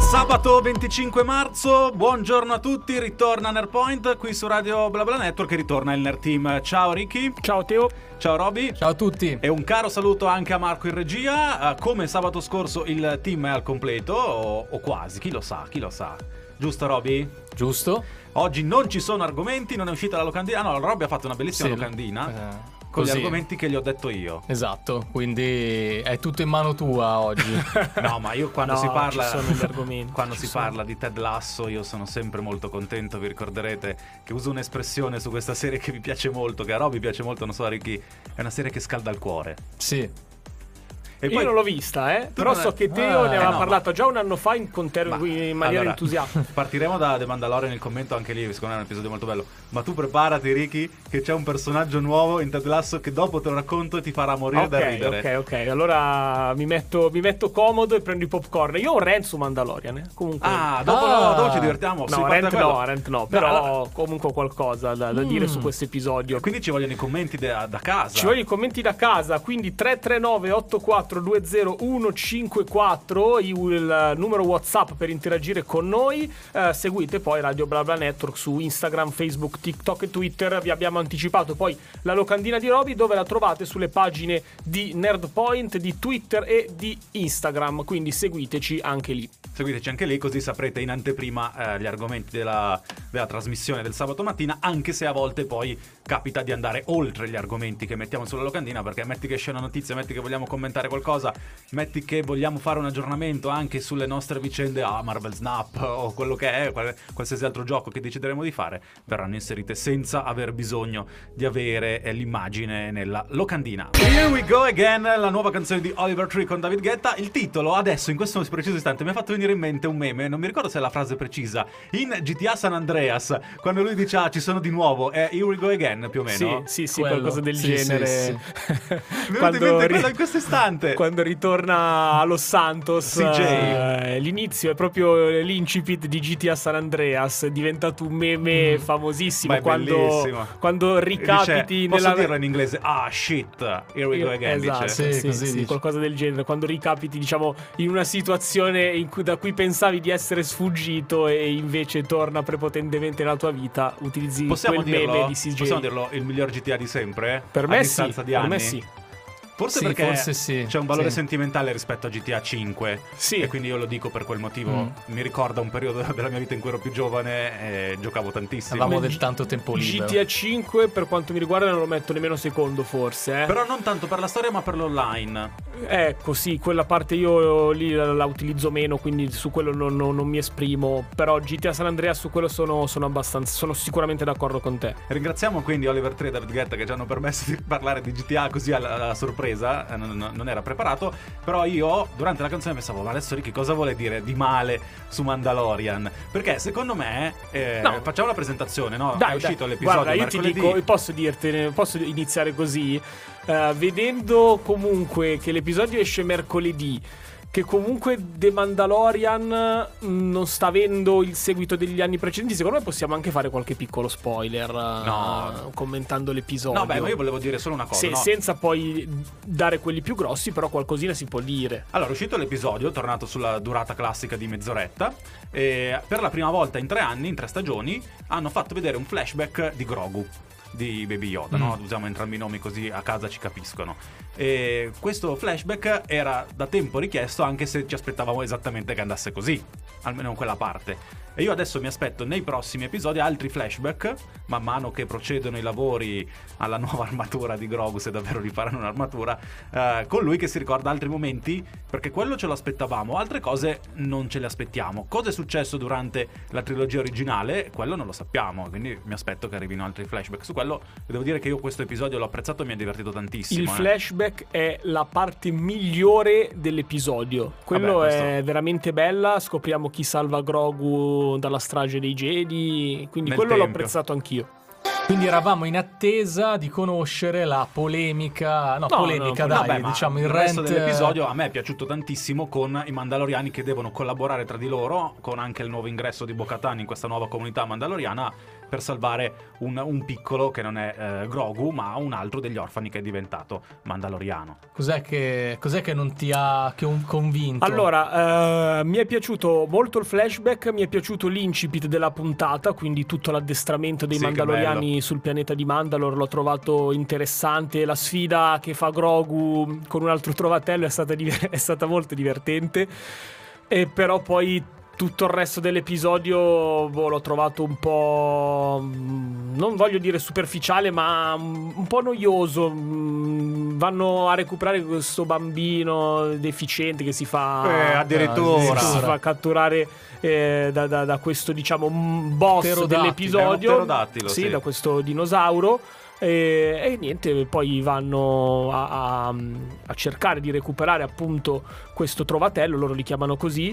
Sabato 25 marzo, buongiorno a tutti, ritorna Nerdpoint qui su Radio BlaBla Network e ritorna il Nerd Team. Ciao Ricky. Ciao Teo. Ciao Roby. Ciao a tutti. E un caro saluto anche a Marco in regia. Come sabato scorso il team è al completo, o quasi, chi lo sa. Giusto Roby? Giusto. Oggi non ci sono argomenti, non è uscita la locandina. No, Roby ha fatto una bellissima locandina. Con gli argomenti che gli ho detto io. Esatto, quindi è tutto in mano tua oggi. No, ma io quando si parla ci sono gli argomenti, quando si parla di Ted Lasso io sono sempre molto contento. Vi ricorderete che uso un'espressione su questa serie che vi piace molto, che a Roby piace molto, non so a Ricky, è una serie che scalda il cuore. Sì. E io non l'ho vista, però so che Teo ne aveva parlato già un anno fa in maniera entusiasta. Partiremo da The Mandalorian nel commento, anche lì secondo me è un episodio molto bello. Ma tu preparati Ricky, che c'è un personaggio nuovo in Ted Lasso che dopo te lo racconto e ti farà morire da ridere. Ok, allora mi metto comodo e prendo i popcorn. Io ho Rent su Mandalorian, comunque. Dopo ci divertiamo. No, Rent no, però comunque qualcosa da dire su questo episodio. Quindi ci vogliono i commenti da casa. Ci vogliono i commenti da casa, quindi 339 84 20154 il numero WhatsApp per interagire con noi. Seguite poi Radio BlaBla Network su Instagram, Facebook, TikTok e Twitter. Vi abbiamo anticipato poi la locandina di Roby, dove la trovate sulle pagine di Nerdpoint, di Twitter e di Instagram, quindi seguiteci anche lì. Così saprete in anteprima gli argomenti della trasmissione del sabato mattina, anche se a volte poi capita di andare oltre gli argomenti che mettiamo sulla locandina, perché metti che esce una notizia, metti che vogliamo commentare qualcosa, metti che vogliamo fare un aggiornamento anche sulle nostre vicende Marvel Snap o quello che è, qualsiasi altro gioco che decideremo di fare, verranno inserite senza aver bisogno di avere l'immagine nella locandina. Here we go again, la nuova canzone di Oliver Tree con David Guetta. Il titolo adesso in questo preciso istante mi ha fatto venire in mente un meme, non mi ricordo se è la frase precisa, in GTA San Andreas, quando lui dice ci sono di nuovo, è Here we go again più o meno. Sì, qualcosa del genere. Sì. Mi è venuto in mente quello in questo istante, quando ritorna a Los Santos, CJ. L'inizio è proprio l'incipit di GTA San Andreas, è diventato un meme famosissimo. Quando ricapiti posso dirlo in inglese? Shit, here we go again. Esatto, sì, qualcosa del genere. Quando ricapiti, diciamo, in una situazione da cui pensavi di essere sfuggito e invece torna prepotentemente nella tua vita, utilizzi quel meme di CJ. Possiamo dirlo il miglior GTA di sempre? Per me distanza di anni? Per me sì. Forse perché c'è un valore sentimentale rispetto a GTA 5 e quindi io lo dico per quel motivo. Mi ricorda un periodo della mia vita in cui ero più giovane e giocavo tantissimo. Avevamo del tanto tempo libero. GTA 5 per quanto mi riguarda non lo metto nemmeno secondo, forse Però non tanto per la storia ma per l'online. Ecco, sì, quella parte io lì la utilizzo meno, quindi su quello non mi esprimo. Però GTA San Andreas su quello sono sicuramente d'accordo con te. Ringraziamo quindi Oliver Tree e David Guetta che ci hanno permesso di parlare di GTA così alla sorpresa. Non era preparato, però io durante la canzone pensavo, ma adesso Ricky cosa vuole dire di male su Mandalorian? Perché secondo me facciamo la presentazione, no? È uscito l'episodio. Guarda, io mercoledì. Ti dico, posso iniziare così, vedendo comunque che l'episodio esce mercoledì, che comunque The Mandalorian non sta avendo il seguito degli anni precedenti, secondo me possiamo anche fare qualche piccolo spoiler commentando l'episodio. No, beh, ma io volevo dire solo una cosa, senza poi dare quelli più grossi, però qualcosina si può dire. Allora, è uscito l'episodio, tornato sulla durata classica di mezz'oretta, e per la prima volta in 3 anni, in 3 stagioni, hanno fatto vedere un flashback di Grogu, di Baby Yoda, no? Usiamo entrambi i nomi così a casa ci capiscono. E questo flashback era da tempo richiesto, anche se ci aspettavamo esattamente che andasse così, almeno in quella parte. E io adesso mi aspetto nei prossimi episodi altri flashback, man mano che procedono i lavori alla nuova armatura di Grogu, se davvero gli faranno un'armatura, con lui che si ricorda altri momenti, perché quello ce lo aspettavamo, altre cose non ce le aspettiamo. Cosa è successo durante la trilogia originale? Quello non lo sappiamo, quindi mi aspetto che arrivino altri flashback su quello. Devo dire che io questo episodio l'ho apprezzato e mi ha divertito tantissimo. Il flashback è la parte migliore dell'episodio. Quello è veramente bella, scopriamo chi salva Grogu dalla strage dei Jedi, quindi quello l'ho apprezzato anch'io. Quindi eravamo in attesa di conoscere la polemica, Vabbè, diciamo il resto rant dell'episodio a me è piaciuto tantissimo, con i mandaloriani che devono collaborare tra di loro, con anche il nuovo ingresso di Bo-Katan in questa nuova comunità mandaloriana, per salvare un piccolo che non è Grogu, ma un altro degli orfani che è diventato mandaloriano. Cos'è che non ti ha convinto? Allora, mi è piaciuto molto il flashback, mi è piaciuto l'incipit della puntata, quindi tutto l'addestramento dei mandaloriani sul pianeta di Mandalore l'ho trovato interessante. La sfida che fa Grogu con un altro trovatello è stata molto divertente, e però poi tutto il resto dell'episodio l'ho trovato un po', non voglio dire superficiale, ma un po' noioso. Vanno a recuperare questo bambino deficiente che si fa addirittura si fa catturare da questo, diciamo, boss dell'episodio, sì, da questo dinosauro. E niente, poi vanno a cercare di recuperare appunto questo trovatello, loro li chiamano così.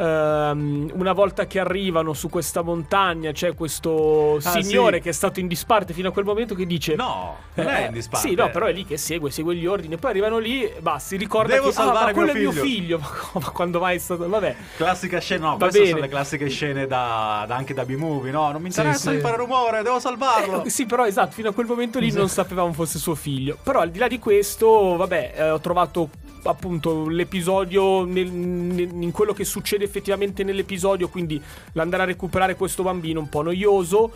Una volta che arrivano su questa montagna c'è questo signore che è stato in disparte fino a quel momento, che dice no, non è in disparte. Sì, no, però è lì che segue gli ordini. Poi arrivano lì, si ricorda devo che salvare quello è mio figlio. Ma quando mai è stato? Vabbè, classica scena. No, queste sono le classiche scene anche da B-movie. No, non mi interessa di fare rumore, devo salvarlo. Sì, però esatto, fino a quel momento lì non sapevamo fosse suo figlio. Però al di là di questo, vabbè, ho trovato appunto l'episodio in quello che succede effettivamente nell'episodio, quindi l'andare a recuperare questo bambino un po' noioso.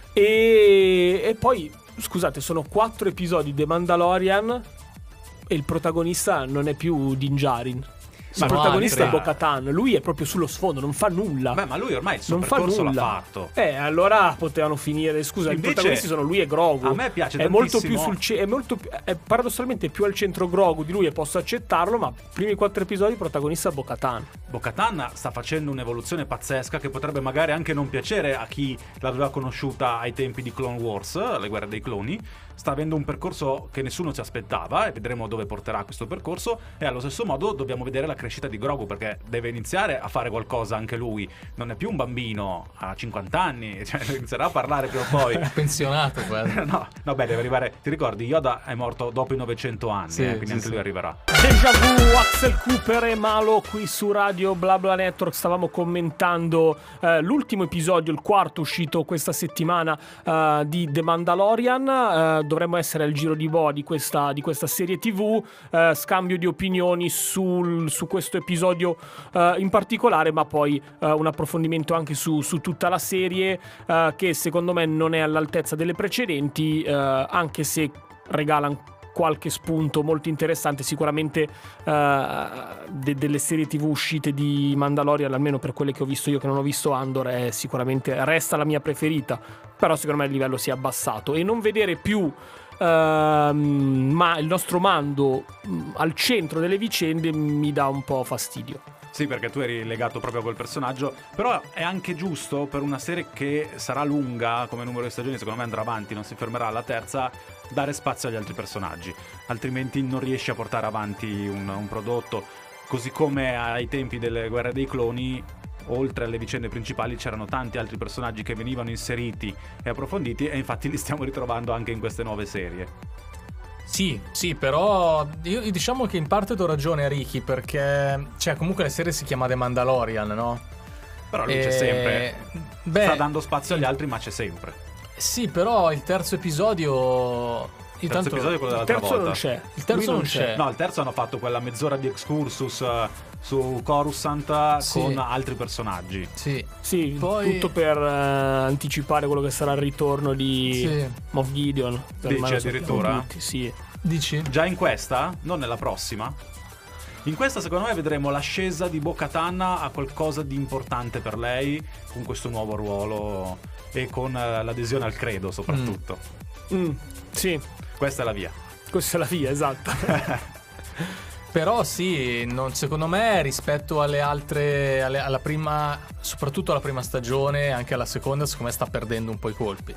E poi, scusate, sono 4 episodi The Mandalorian e il protagonista non è più Din Djarin. Il protagonista è Bo-Katan, lui è proprio sullo sfondo, non fa nulla. Beh, ma lui ormai il suo percorso l'ha fatto. Allora potevano finire. Scusa, invece, i protagonisti sono lui e Grogu. A me piace è tantissimo. Molto più è paradossalmente più al centro Grogu di lui, e posso accettarlo, ma primi 4 episodi il protagonista è Bo-Katan. Bo-Katan sta facendo un'evoluzione pazzesca che potrebbe magari anche non piacere a chi l'aveva conosciuta ai tempi di Clone Wars, le guerre dei cloni. Sta avendo un percorso che nessuno si aspettava, e vedremo dove porterà questo percorso. E allo stesso modo dobbiamo vedere la crescita di Grogu, perché deve iniziare a fare qualcosa anche lui. Non è più un bambino, ha 50 anni, cioè inizierà a parlare prima o poi. Pensionato quasi. No, beh, deve arrivare. Ti ricordi, Yoda è morto dopo i 900 anni, quindi anche lui arriverà. Déjà vu, Axel Cooper e Malo qui su Radio BlaBla Network. Stavamo commentando l'ultimo episodio, il quarto uscito questa settimana di The Mandalorian. Dovremmo essere al giro di boa di questa serie TV, scambio di opinioni su questo episodio in particolare, ma poi un approfondimento anche su tutta la serie, che secondo me non è all'altezza delle precedenti, anche se regala qualche spunto molto interessante. Sicuramente delle serie TV uscite di Mandalorian, almeno per quelle che ho visto io, che non ho visto Andor, sicuramente resta la mia preferita, però secondo me il livello si è abbassato, e non vedere più ma il nostro Mando al centro delle vicende mi dà un po' fastidio. Sì, perché tu eri legato proprio a quel personaggio, però è anche giusto per una serie che sarà lunga come numero di stagioni, secondo me andrà avanti, non si fermerà alla terza, dare spazio agli altri personaggi, altrimenti non riesci a portare avanti un prodotto. Così come ai tempi delle guerre dei cloni, oltre alle vicende principali c'erano tanti altri personaggi che venivano inseriti e approfonditi, e infatti li stiamo ritrovando anche in queste nuove serie. Sì, però io diciamo che in parte do ragione a Ricky, perché cioè comunque la serie si chiama The Mandalorian, no? Però lui c'è sempre. Sta dando spazio agli altri, ma c'è sempre. Sì, però il terzo episodio... Il terzo episodio è quello dell'altra volta. Non c'è. Il terzo non c'è. No, il terzo hanno fatto quella mezz'ora di excursus su Coruscant con altri personaggi. Sì, poi tutto per anticipare quello che sarà il ritorno di Moff Gideon. Dici addirittura? Sì. Dici? Già in questa? Non nella prossima? In questa secondo me vedremo l'ascesa di Bo-Katan a qualcosa di importante per lei, con questo nuovo ruolo e con l'adesione al credo soprattutto. Sì. Questa è la via. Questa è la via, esatto. Però sì, secondo me rispetto alle altre, alla prima, soprattutto alla prima stagione, anche alla seconda, secondo me sta perdendo un po' i colpi.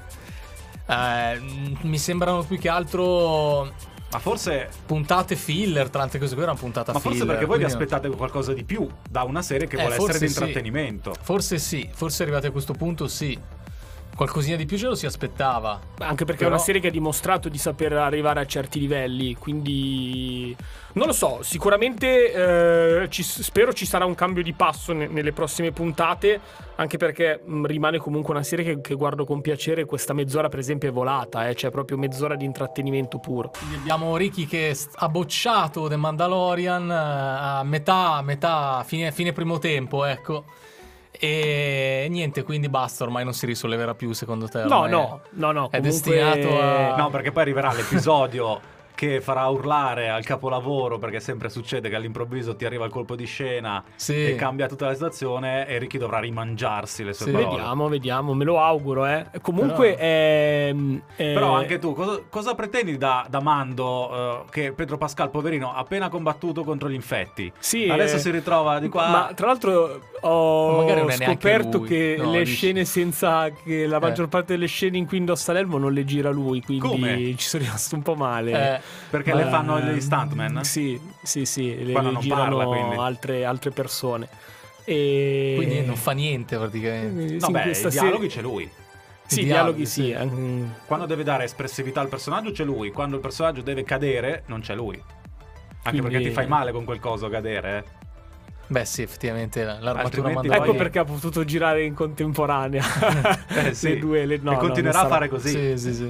Mi sembrano più che altro... Ma forse puntate filler, tante cose qui erano puntata filler. Ma forse perché voi vi aspettate qualcosa di più da una serie che vuole essere di intrattenimento. Forse arrivate a questo punto, sì. qualcosina di più ce lo si aspettava. Anche perché Però è una serie che ha dimostrato di saper arrivare a certi livelli, quindi non lo so, sicuramente spero ci sarà un cambio di passo nelle prossime puntate, anche perché rimane comunque una serie che guardo con piacere. Questa mezz'ora per esempio è volata, cioè proprio mezz'ora di intrattenimento puro. quindi abbiamo Ricky che ha bocciato The Mandalorian a metà fine primo tempo, ecco. E niente, quindi basta, ormai non si risolleverà più, secondo te? No, Ormai no, è comunque destinato a... No, perché poi arriverà l'episodio che farà urlare al capolavoro, perché sempre succede che all'improvviso ti arriva il colpo di scena Sì. e cambia tutta la situazione e Ricky dovrà rimangiarsi le sue Sì. parole. Vediamo, me lo auguro, Comunque Però anche tu, cosa pretendi da Mando, che Pedro Pascal, poverino, ha appena combattuto contro gli infetti? Sì, Adesso si ritrova di qua. Ma tra l'altro Ma magari non ho è neanche scoperto lui. che No, le dici. scene senza che la maggior parte delle scene in cui indossa l'elmo non le gira lui, quindi Come? ci sono rimasto un po' male. Perché le fanno gli stuntman? Sì, le Quando non girano parla, quindi. altre persone. E Quindi non fa niente praticamente. Sì, No, in beh, i questa dialoghi c'è lui. Sì, I i dialoghi dialoghi, sì. sì. Quando deve dare espressività al personaggio c'è lui. Quando il personaggio deve cadere non c'è lui. Anche Quindi- perché ti fai male con quel coso cadere. Beh sì, effettivamente l'armatura Altrimenti Mandalorian. Ecco perché ha potuto girare in contemporanea Sì. le due. E continuerà a fare così. Sì.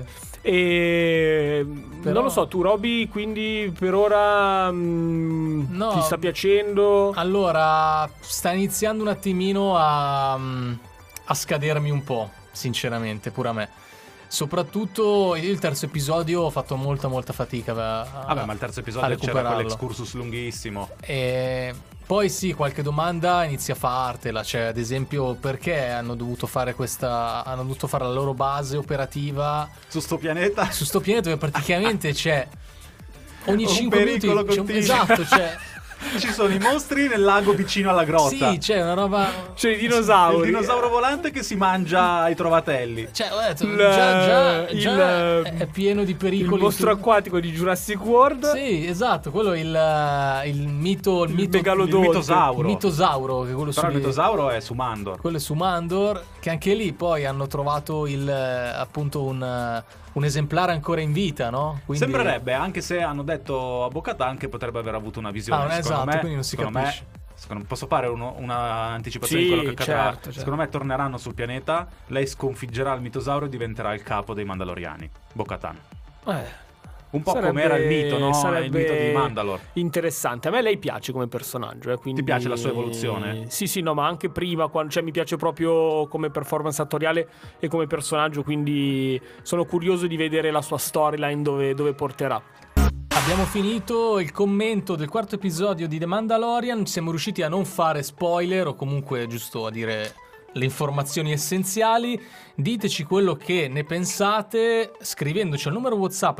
E Però- non lo so, tu Roby, quindi per ora No. ti sta piacendo? Allora, sta iniziando un attimino a scadermi un po', sinceramente, pure a me. Soprattutto io il terzo episodio ho fatto molta fatica Vabbè, ma il terzo a episodio c'era recuperarlo. quell'excursus lunghissimo. E poi sì, qualche domanda inizia a fartela, cioè ad esempio perché hanno dovuto fare la loro base operativa Su sto pianeta su sto pianeta dove praticamente c'è ogni Un 5 minuti pericolo c'è continuo. esatto, cioè ci sono i mostri nel lago vicino alla grotta. sì, c'è una roba, Cioè i dinosauri. Il dinosauro volante che si mangia i trovatelli. cioè ho detto, Il- già il- è pieno di Il pericoli. mostro acquatico di Jurassic World. Sì, esatto, quello è il mito megalodonte. Il mitosauro. il mitosauro, che è quello Però il su mitosauro è su Mandor. quello è su Mandor, che anche lì poi hanno trovato appunto un esemplare ancora in vita, no? Quindi... Sembrerebbe, anche se hanno detto a Bo-Katan che potrebbe aver avuto una visione. Ah, non è Secondo esatto, me- quindi non si secondo capisce. posso fare una anticipazione Sì, di quello che accadrà? certo. Secondo me torneranno sul pianeta, lei sconfiggerà il mitosauro e diventerà il capo dei Mandaloriani. Bo-Katan. Un po' come era il mito, no? Il mito di Mandalore. Interessante. A me lei piace come personaggio. Quindi... Ti piace la sua evoluzione? Sì, no, ma anche prima, cioè, mi piace proprio come performance attoriale e come personaggio. Quindi sono curioso di vedere la sua storyline dove porterà. Abbiamo finito il commento del quarto episodio di The Mandalorian. Siamo riusciti a non fare spoiler, o comunque giusto a dire le informazioni essenziali. Diteci quello che ne pensate scrivendoci al numero WhatsApp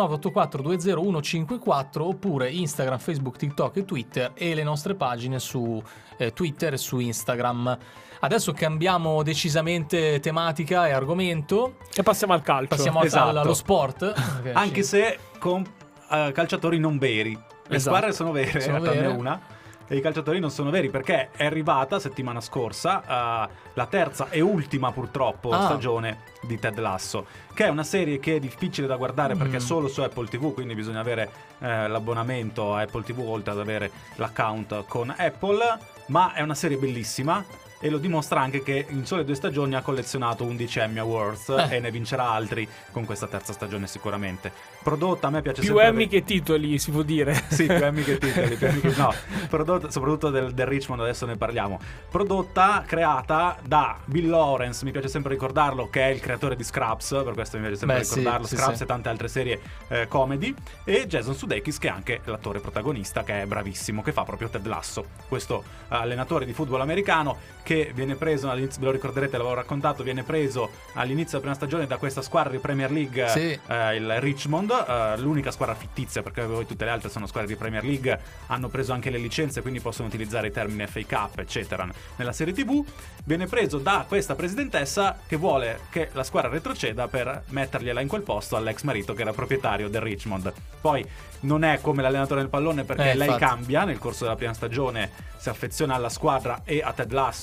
339-8420-154 oppure Instagram, Facebook, TikTok e Twitter, e le nostre pagine su Twitter e su Instagram. Adesso cambiamo decisamente tematica e argomento. E passiamo al calcio. Passiamo Esatto. allo sport. Anche se con calciatori non veri. Le Esatto. squadre sono vere, Sono tranne vere. una. E i calciatori non sono veri, perché è arrivata settimana scorsa la terza e ultima purtroppo stagione di Ted Lasso, che è una serie che è difficile da guardare perché è solo su Apple TV, quindi bisogna avere l'abbonamento a Apple TV oltre ad avere l'account con Apple, ma è una serie bellissima. E lo dimostra anche che in sole 2 stagioni ha collezionato 11 Emmy Awards e ne vincerà altri con questa terza stagione sicuramente. Prodotta, a me piace Più sempre... Emmy che titoli, si può dire. Sì, più Emmy che titoli, no, prodotta, soprattutto del Richmond, adesso ne parliamo. Prodotta, creata da Bill Lawrence, mi piace sempre ricordarlo, che è il creatore di Scrubs, per questo mi piace sempre ricordarlo, sì, Scrubs sì. e tante altre serie comedy, e Jason Sudeikis, che è anche l'attore protagonista, che è bravissimo, che fa proprio Ted Lasso, questo allenatore di football americano che viene preso all'inizio, ve lo ricorderete, l'avevo raccontato, viene preso all'inizio della prima stagione da questa squadra di Premier League, Sì. il Richmond, l'unica squadra fittizia, perché poi tutte le altre sono squadre di Premier League, hanno preso anche le licenze, quindi possono utilizzare i termini FA Cup eccetera nella serie TV. Viene preso da questa presidentessa che vuole che la squadra retroceda per mettergliela in quel posto all'ex marito che era proprietario del Richmond. Poi non è come l'allenatore del pallone, perché lei infatti. cambia nel corso della prima stagione, si affeziona alla squadra e a Ted Lasso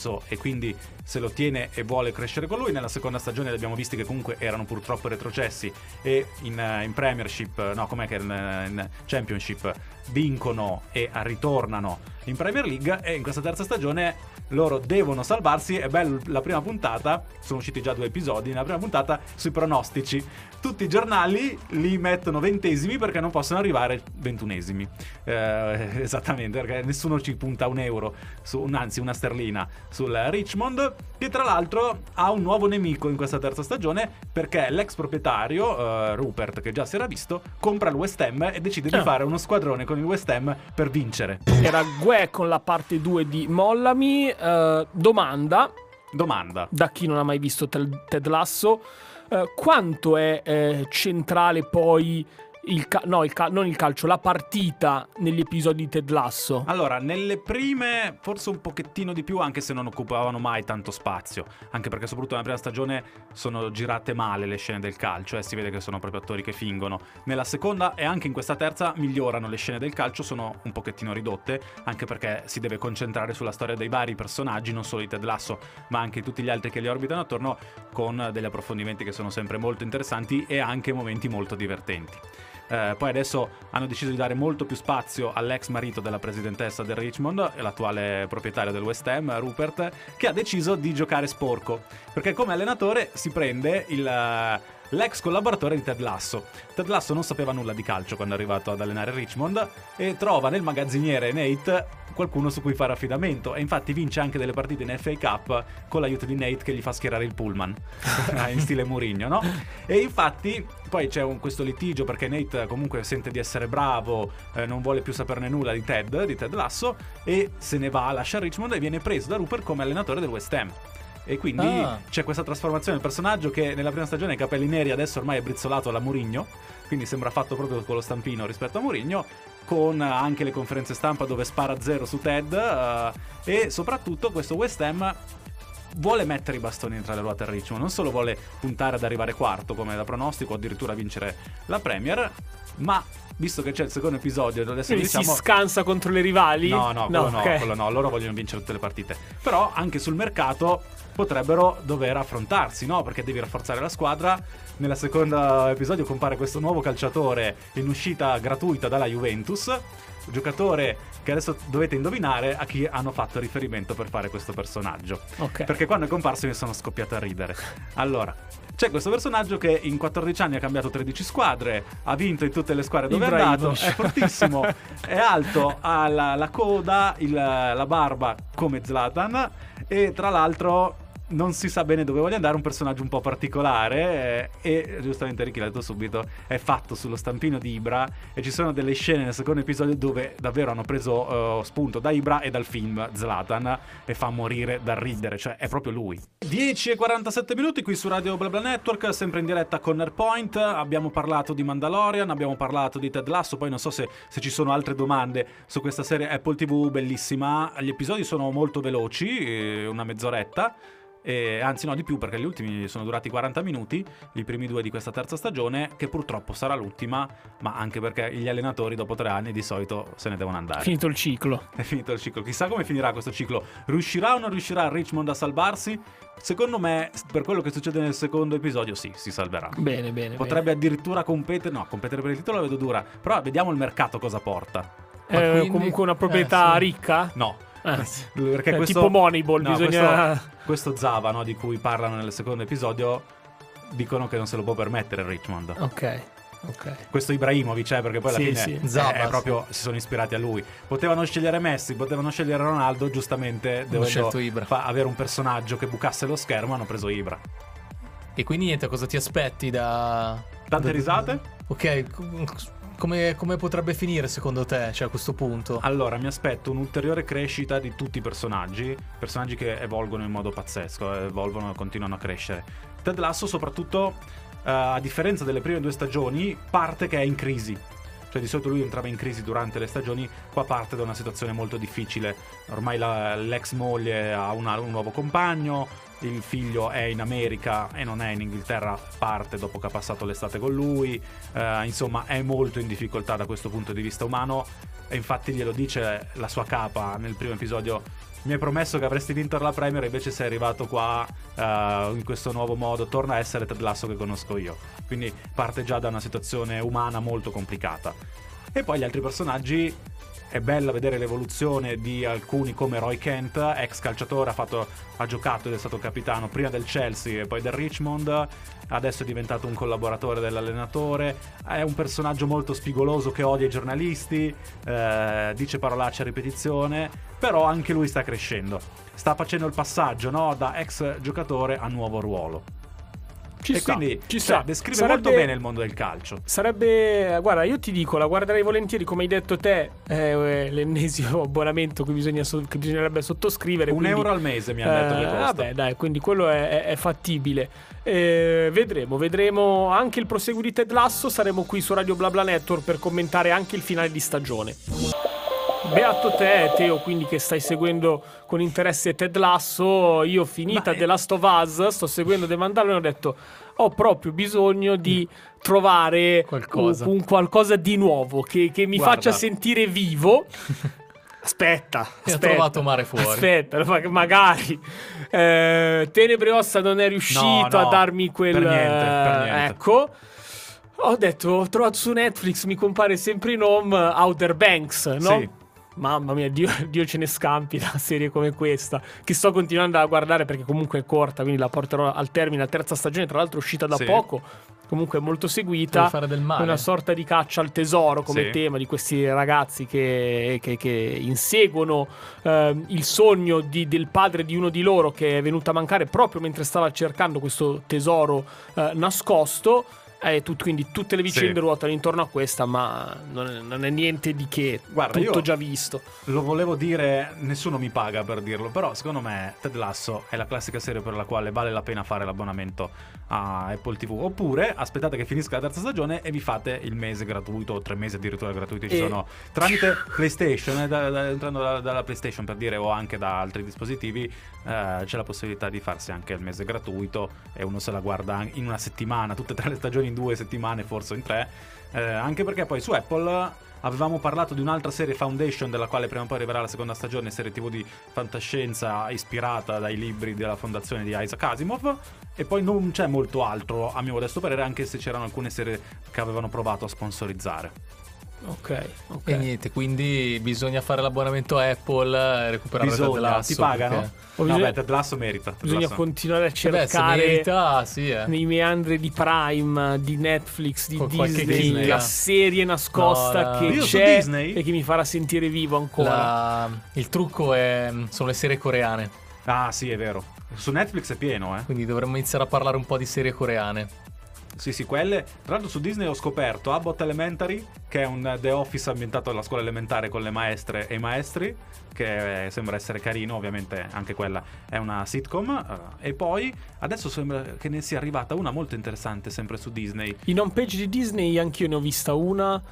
Lasso e quindi se lo tiene e vuole crescere con lui. Nella seconda stagione li abbiamo visti che comunque erano purtroppo retrocessi e in Premiership, no, com'è che in Championship vincono e ritornano in Premier League, e in questa terza stagione loro devono salvarsi. È bello, la prima puntata, sono usciti già 2 episodi, nella prima puntata sui pronostici tutti i giornali li mettono 20esimi perché non possono arrivare 21esimi, esattamente, perché nessuno ci punta €1 anzi una sterlina sul Richmond, che tra l'altro ha un nuovo nemico in questa terza stagione, perché l'ex proprietario Rupert, che già si era visto, compra il West Ham e decide di fare uno squadrone con il West Ham per vincere. Era Gue con la parte 2 di Mollami. Domanda da chi non ha mai visto Ted Lasso: quanto è centrale poi non il calcio, la partita negli episodi di Ted Lasso? Allora, nelle prime forse un pochettino di più, anche se non occupavano mai tanto spazio, anche perché soprattutto nella prima stagione sono girate male le scene del calcio, si vede che sono proprio attori che fingono. Nella seconda e anche in questa terza migliorano le scene del calcio, sono un pochettino ridotte, anche perché si deve concentrare sulla storia dei vari personaggi, non solo di Ted Lasso ma anche tutti gli altri che li orbitano attorno, con degli approfondimenti che sono sempre molto interessanti e anche momenti molto divertenti. Poi adesso hanno deciso di dare molto più spazio all'ex marito della presidentessa del Richmond, l'attuale proprietario del West Ham, Rupert, che ha deciso di giocare sporco, perché come allenatore si prende l'ex collaboratore di Ted Lasso. Ted Lasso non sapeva nulla di calcio quando è arrivato ad allenare Richmond e trova nel magazziniere Nate qualcuno su cui fare affidamento, e infatti vince anche delle partite in FA Cup con l'aiuto di Nate, che gli fa schierare il pullman in stile Mourinho, no? E infatti poi c'è questo litigio perché Nate comunque sente di essere bravo, non vuole più saperne nulla di Ted Lasso, e se ne va, lascia Richmond e viene preso da Rupert come allenatore del West Ham. E quindi c'è questa trasformazione del personaggio, che nella prima stagione ha i capelli neri, adesso ormai è brizzolato alla Mourinho, quindi sembra fatto proprio con lo stampino rispetto a Mourinho, con anche le conferenze stampa dove spara zero su Ted, e soprattutto questo West Ham vuole mettere i bastoni tra le ruote a Richmond, non solo vuole puntare ad arrivare quarto come da pronostico, addirittura vincere la Premier, ma visto che c'è il secondo episodio, adesso diciamo, si scansa contro le rivali? No, quello no, loro vogliono vincere tutte le partite. Però anche sul mercato potrebbero dover affrontarsi, no? Perché devi rafforzare la squadra. Nella seconda episodio compare questo nuovo calciatore in uscita gratuita dalla Juventus, giocatore che adesso dovete indovinare a chi hanno fatto riferimento per fare questo personaggio. Okay. Perché quando è comparso mi sono scoppiato a ridere. Allora, c'è questo personaggio che in 14 anni ha cambiato 13 squadre, ha vinto in tutte le squadre dove è andato, è fortissimo, è alto, ha la coda, la barba come Zlatan, e tra l'altro non si sa bene dove voglia andare, un personaggio un po' particolare, e giustamente Ricky l'ha detto subito, è fatto sullo stampino di Ibra, e ci sono delle scene nel secondo episodio dove davvero hanno preso spunto da Ibra e dal film Zlatan, e fa morire dal ridere, cioè è proprio lui. 10:47 minuti qui su Radio BlaBla Network, sempre in diretta con Airpoint. Abbiamo parlato di Mandalorian, abbiamo parlato di Ted Lasso, poi non so se ci sono altre domande su questa serie Apple TV bellissima. Gli episodi sono molto veloci, una mezz'oretta, anzi no, di più, perché gli ultimi sono durati 40 minuti, i primi 2 di questa terza stagione, che purtroppo sarà l'ultima, ma anche perché gli allenatori dopo 3 anni di solito se ne devono andare. Finito il ciclo. È finito il ciclo. Chissà come finirà questo ciclo. Riuscirà o non riuscirà Richmond a salvarsi? Secondo me, per quello che succede nel secondo episodio, sì, si salverà. Bene. Potrebbe addirittura competere per il titolo la vedo dura, però vediamo il mercato cosa porta. Quindi, comunque una proprietà ricca? No. Perché tipo Moneyball, bisogna... questo Zava, no, di cui parlano nel secondo episodio, dicono che non se lo può permettere il Richmond. Ok. Questo Ibrahimovic, perché poi alla fine Zava, è proprio si sono ispirati a lui. Potevano scegliere Messi, potevano scegliere Ronaldo, giustamente dovendo avere un personaggio che bucasse lo schermo, hanno preso Ibra. E quindi niente, cosa ti aspetti da... Tante risate? Ok, come potrebbe finire secondo te, cioè a questo punto? Allora, mi aspetto un'ulteriore crescita di tutti i personaggi che evolvono in modo pazzesco, evolvono e continuano a crescere. Ted Lasso soprattutto, a differenza delle prime 2 stagioni, parte che è in crisi. Cioè di solito lui entrava in crisi durante le stagioni, qua parte da una situazione molto difficile. Ormai l'ex moglie ha un nuovo compagno, il figlio è in America e non è in Inghilterra, parte dopo che ha passato l'estate con lui, insomma è molto in difficoltà da questo punto di vista umano, e infatti glielo dice la sua capa nel primo episodio: mi hai promesso che avresti vinto la Premier, invece sei arrivato qua in questo nuovo modo, torna a essere Ted Lasso che conosco io. Quindi parte già da una situazione umana molto complicata. E poi gli altri personaggi, è bello vedere l'evoluzione di alcuni come Roy Kent, ex calciatore, ha giocato ed è stato capitano prima del Chelsea e poi del Richmond, adesso è diventato un collaboratore dell'allenatore, è un personaggio molto spigoloso che odia i giornalisti, dice parolacce a ripetizione, però anche lui sta crescendo, sta facendo il passaggio, no, da ex giocatore a nuovo ruolo. Quindi descrive molto bene il mondo del calcio. Guarda, io ti dico, la guarderei volentieri, come hai detto te, l'ennesimo abbonamento che bisognerebbe sottoscrivere. €1 al mese mi hanno detto che costa. Vabbè, dai, quindi quello è fattibile. Vedremo anche il proseguo di Ted Lasso. Saremo qui su Radio BlaBla Network per commentare anche il finale di stagione. Beato te, Teo, quindi, che stai seguendo con interesse Ted Lasso. Io, finita The Last of Us, sto seguendo The Mandalorian e ho detto ho proprio bisogno di trovare un qualcosa di nuovo che mi faccia sentire vivo. Aspetta, ho trovato Mare Fuori. Aspetta, magari Tenebre Ossa non è riuscito a darmi quel per niente. Ecco, ho detto, ho trovato su Netflix, mi compare sempre in home Outer Banks, no? Sì. Mamma mia, Dio ce ne scampi da serie come questa, che sto continuando a guardare perché comunque è corta, quindi la porterò al termine. La terza stagione, tra l'altro, è uscita da poco, comunque è molto seguita. Fare del male. Una sorta di caccia al tesoro come tema di questi ragazzi che inseguono il sogno del padre di uno di loro, che è venuto a mancare proprio mentre stava cercando questo tesoro nascosto. Quindi tutte le vicende ruotano intorno a questa, ma non è niente di che. Guarda, tutto già visto. Lo volevo dire, nessuno mi paga per dirlo, però secondo me Ted Lasso è la classica serie per la quale vale la pena fare l'abbonamento a Apple TV. Oppure aspettate che finisca la terza stagione e vi fate il mese gratuito, o 3 mesi addirittura gratuiti. Ci sono tramite PlayStation, entrando dalla PlayStation, per dire, o anche da altri dispositivi, c'è la possibilità di farsi anche il mese gratuito e uno se la guarda in una settimana, tutte e 3 le stagioni in 2 settimane, forse in 3, anche perché poi su Apple avevamo parlato di un'altra serie, Foundation, della quale prima o poi arriverà la seconda stagione, serie TV di fantascienza ispirata dai libri della fondazione di Isaac Asimov, e poi non c'è molto altro a mio modesto parere, anche se c'erano alcune serie che avevano provato a sponsorizzare. Ok. E niente, quindi bisogna fare l'abbonamento a Apple e recuperare Ted Lasso. Ti pagano? No, beh, Ted Lasso merita. Bisogna continuare a cercare merita, nei meandri di Prime, di Netflix, di Disney, la serie nascosta che c'è e che mi farà sentire vivo ancora. Il trucco sono le serie coreane. Ah, sì, è vero. Su Netflix è pieno, Quindi dovremmo iniziare a parlare un po' di serie coreane. Sì, quelle. Tra l'altro su Disney ho scoperto Abbott Elementary, che è un The Office ambientato alla scuola elementare con le maestre e i maestri, che sembra essere carino. Ovviamente anche quella è una sitcom. E poi adesso sembra che ne sia arrivata una molto interessante sempre su Disney. In home page di Disney anch'io ne ho vista una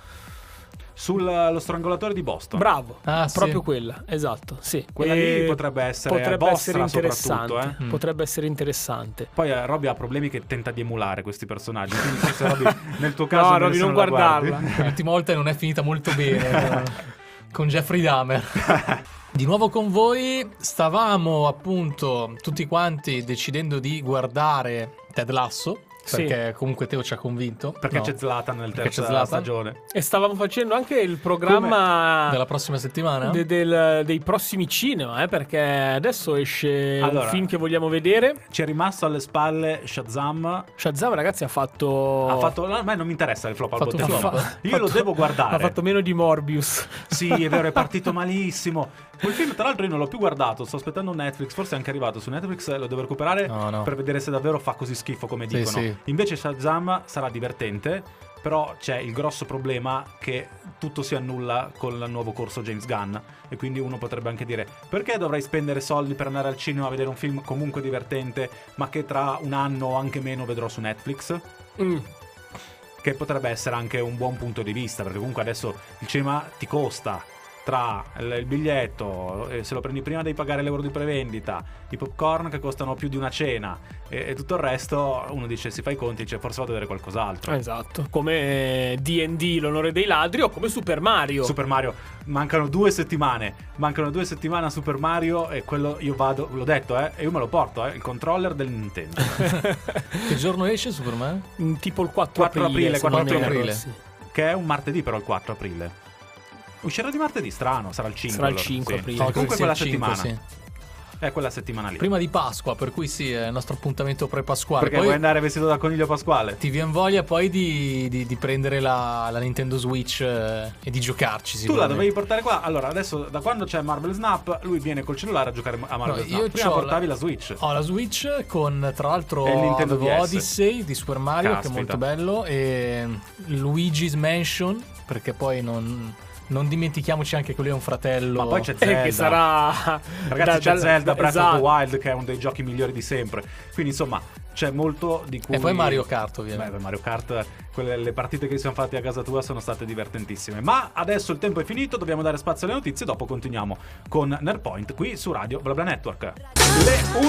sullo strangolatore di Boston. Bravo, proprio quella, esatto, sì. Quella lì potrebbe essere interessante. Potrebbe essere interessante. Poi Robby ha problemi che tenta di emulare questi personaggi, quindi forse Robby, nel tuo caso no, Robby, non guardarla. L'ultima volta non è finita molto bene con Jeffrey Dahmer. Di nuovo con voi, stavamo appunto tutti quanti decidendo di guardare Ted Lasso, perché comunque Teo ci ha convinto. Perché c'è Zlatan nel terza stagione. E stavamo facendo anche il programma della prossima settimana dei prossimi cinema, perché adesso esce un film che vogliamo vedere. Ci è rimasto alle spalle Shazam. Shazam, ragazzi, ha fatto a me non mi interessa il flop al botteghino. Io lo devo guardare. Ha fatto meno di Morbius. Sì, è vero, è partito malissimo. Quel film, tra l'altro, io non l'ho più guardato. Sto aspettando Netflix, forse è anche arrivato su Netflix. Lo devo recuperare per vedere se davvero fa così schifo come dicono. Sì. Invece Shazam sarà divertente, però c'è il grosso problema che tutto si annulla con il nuovo corso James Gunn, e quindi uno potrebbe anche dire: perché dovrei spendere soldi per andare al cinema a vedere un film comunque divertente, ma che tra un anno o anche meno vedrò su Netflix? Che potrebbe essere anche un buon punto di vista, perché comunque adesso il cinema ti costa tra il biglietto, se lo prendi prima devi pagare l'euro di prevendita, i popcorn che costano più di una cena e tutto il resto, uno dice, si fa i conti, dice forse vado a vedere qualcos'altro. Esatto, come D&D, l'onore dei ladri, o come Super Mario. Super Mario, mancano 2 settimane a Super Mario e quello io vado, l'ho detto, e io me lo porto, il controller del Nintendo. Che giorno esce Super Mario? Tipo il 4 aprile. 4 aprile. Sì. Che è un martedì però il 4 aprile. Uscirà di martedì, strano, sarà il 5. Sarà il allora, 5 sì. aprile. Comunque quella 5, settimana. sì. È quella settimana lì. Prima di Pasqua, per cui sì, è il nostro appuntamento pre-pasquale. Perché poi vuoi andare vestito da coniglio pasquale? ti viene voglia poi di prendere la Nintendo Switch e di giocarci. Tu la dovevi portare qua. Allora, adesso da quando c'è Marvel Snap, lui viene col cellulare a giocare a Marvel Snap. Io Prima portavi la Switch. Ho la Switch con, tra l'altro, E il Nintendo avevo DS. Odyssey di Super Mario, Caspita. che è molto bello, e Luigi's Mansion, perché poi non dimentichiamoci anche che lui è un fratello. Ma poi c'è Zelda. Che sarà... Ragazzi, c'è Zelda Breath of the esatto. Wild, che è uno dei giochi migliori di sempre. Quindi, insomma, c'è molto di cui... E poi Mario Kart, ovviamente. Beh, Mario Kart, le partite che si sono fatte a casa tua sono state divertentissime. Ma adesso il tempo è finito, dobbiamo dare spazio alle notizie. Dopo continuiamo con Nerdpoint qui su Radio BlaBla Network. Le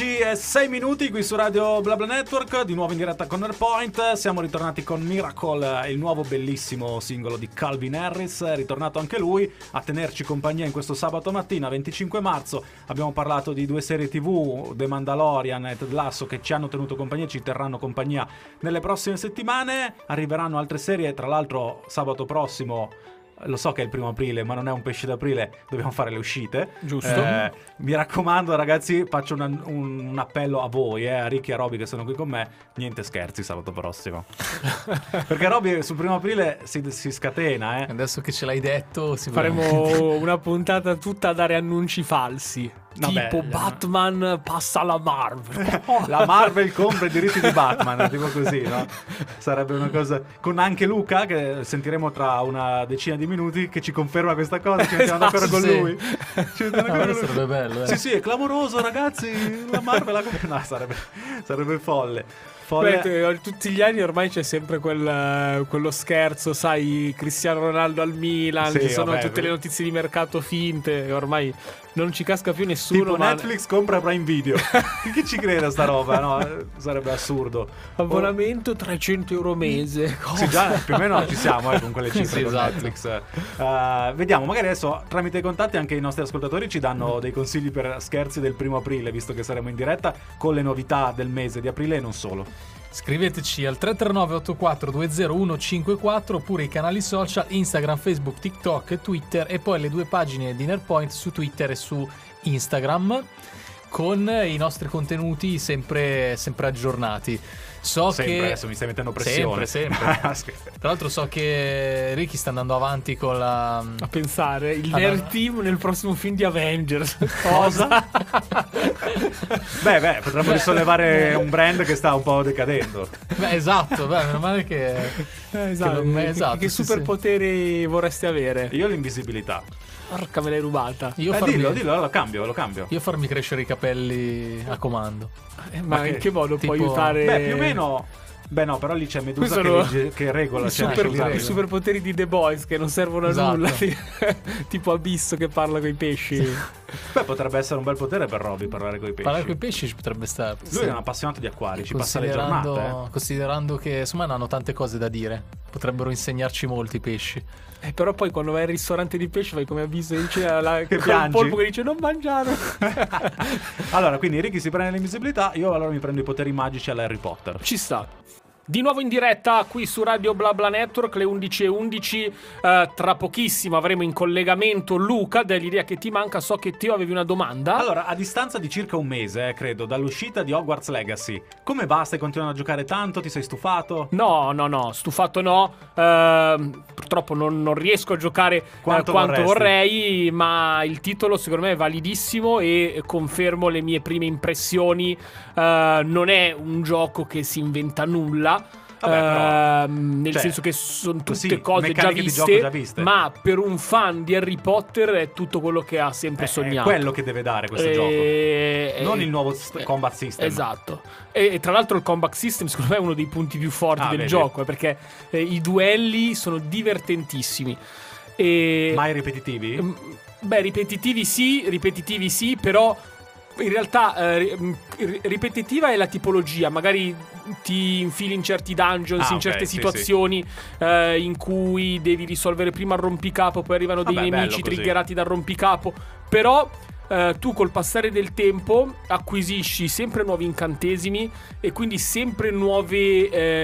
11:06 qui su Radio BlaBla Network, di nuovo in diretta con Nerdpoint. Siamo ritornati con Miracle, il nuovo bellissimo singolo di Calvin Harris. È ritornato anche lui a tenerci compagnia in questo sabato mattina, 25 marzo. Abbiamo parlato di 2 serie TV, The Mandalorian e Ted Lasso, che ci hanno tenuto compagnia e ci terranno compagnia nelle prossime settimane. Arriveranno altre serie, tra l'altro sabato prossimo, lo so che è il 1 aprile, ma non è un pesce d'aprile, dobbiamo fare le uscite. Giusto. Mi raccomando, ragazzi, faccio un appello a voi, a Ricky e a Roby che sono qui con me. Niente scherzi sabato prossimo. Perché Roby sul 1 aprile si scatena, Adesso che ce l'hai detto, Faremo una puntata tutta a dare annunci falsi. Vabbè, tipo Batman passa alla Marvel. La Marvel compra i diritti di Batman, tipo così, no? Sarebbe una cosa. Con anche Luca, che sentiremo tra una decina di minuti, che ci conferma questa cosa. Ci mettiamo d'accordo con sì. lui. Ci mettiamo d'accordo con lui. Sarebbe bello, Sì, è clamoroso, ragazzi. La Marvel ha comprato. No, sarebbe folle. Beh, tutti gli anni ormai c'è sempre quello scherzo, sai, Cristiano Ronaldo al Milan, Sì, ci sono vabbè, tutte le notizie di mercato finte, e ormai non ci casca più nessuno. Tipo Netflix compra Prime Video. Chi ci crede a sta roba? No, sarebbe assurdo. Abbonamento 300 euro mese. Sì, già più o meno ci siamo con quelle cifre Sì, con esatto. Netflix. Vediamo, magari adesso tramite i contatti anche i nostri ascoltatori ci danno dei consigli per scherzi del 1 aprile, visto che saremo in diretta con le novità del mese di aprile e non solo. Scriveteci al 339 84 20154 oppure i canali social Instagram, Facebook, TikTok e Twitter, e poi le 2 pagine di Nerdpoint su Twitter e su Instagram, con i nostri contenuti sempre aggiornati. So Sempre, che adesso mi stai mettendo pressione. sempre. Tra l'altro so che Ricky sta andando avanti con la... A pensare, il Nerd Team nel prossimo film di Avengers. Cosa? Beh, potremmo risollevare un brand che sta un po' decadendo. Beh, esatto, meno male che... Esatto, che sì, superpoteri vorresti avere? Io l'invisibilità. Porca, me l'hai rubata. Io Dillo, lo cambio. Io farmi crescere i capelli a comando. Ma in che modo può tipo- aiutare? Beh, più o meno. Beh, no, però lì c'è Medusa Sono che regola. i, cioè, i superpoteri di The Boys che non servono a Esatto. nulla. Tipo Abisso che parla con i pesci. Beh, potrebbe essere un bel potere per Robby parlare con i pesci. Parlare con i pesci ci potrebbe stare. Lui è un appassionato di acquari, ci passa le giornate. Considerando che insomma hanno tante cose da dire, potrebbero insegnarci molti i pesci. Però poi quando vai al ristorante di pesce vai come Abisso e dice Che quel piangi. polpo che dice non mangiare. Allora, quindi Ricky si prende l'invisibilità, io allora mi prendo i poteri magici alla Harry Potter. Ci sta. Di nuovo in diretta qui su Radio BlaBla Network, le 11:11. Tra pochissimo avremo in collegamento Luca dell'idea che ti manca. So che Teo avevi una domanda. Allora, a distanza di circa un mese, credo, dall'uscita di Hogwarts Legacy, come va? Stai continuando a giocare tanto? Ti sei stufato? No, stufato no. Purtroppo non riesco a giocare Quanto vorrei, ma il titolo secondo me è validissimo e confermo le mie prime impressioni. Non è un gioco che si inventa nulla. Vabbè, nel cioè, senso che sono tutte così, cose già meccaniche di gioco già viste. ma per un fan di Harry Potter è tutto quello che ha sempre sognato. È quello che deve dare questo gioco, non il nuovo combat system. Esatto. E tra l'altro il combat system secondo me è uno dei punti più forti del vedi. gioco, perché i duelli sono divertentissimi. Mai ripetitivi? Beh, ripetitivi sì, però in realtà ripetitiva è la tipologia. Magari ti infili in certi dungeons, in certe situazioni in cui devi risolvere prima il rompicapo, poi arrivano dei nemici triggerati dal rompicapo. Però tu col passare del tempo acquisisci sempre nuovi incantesimi e quindi sempre nuovi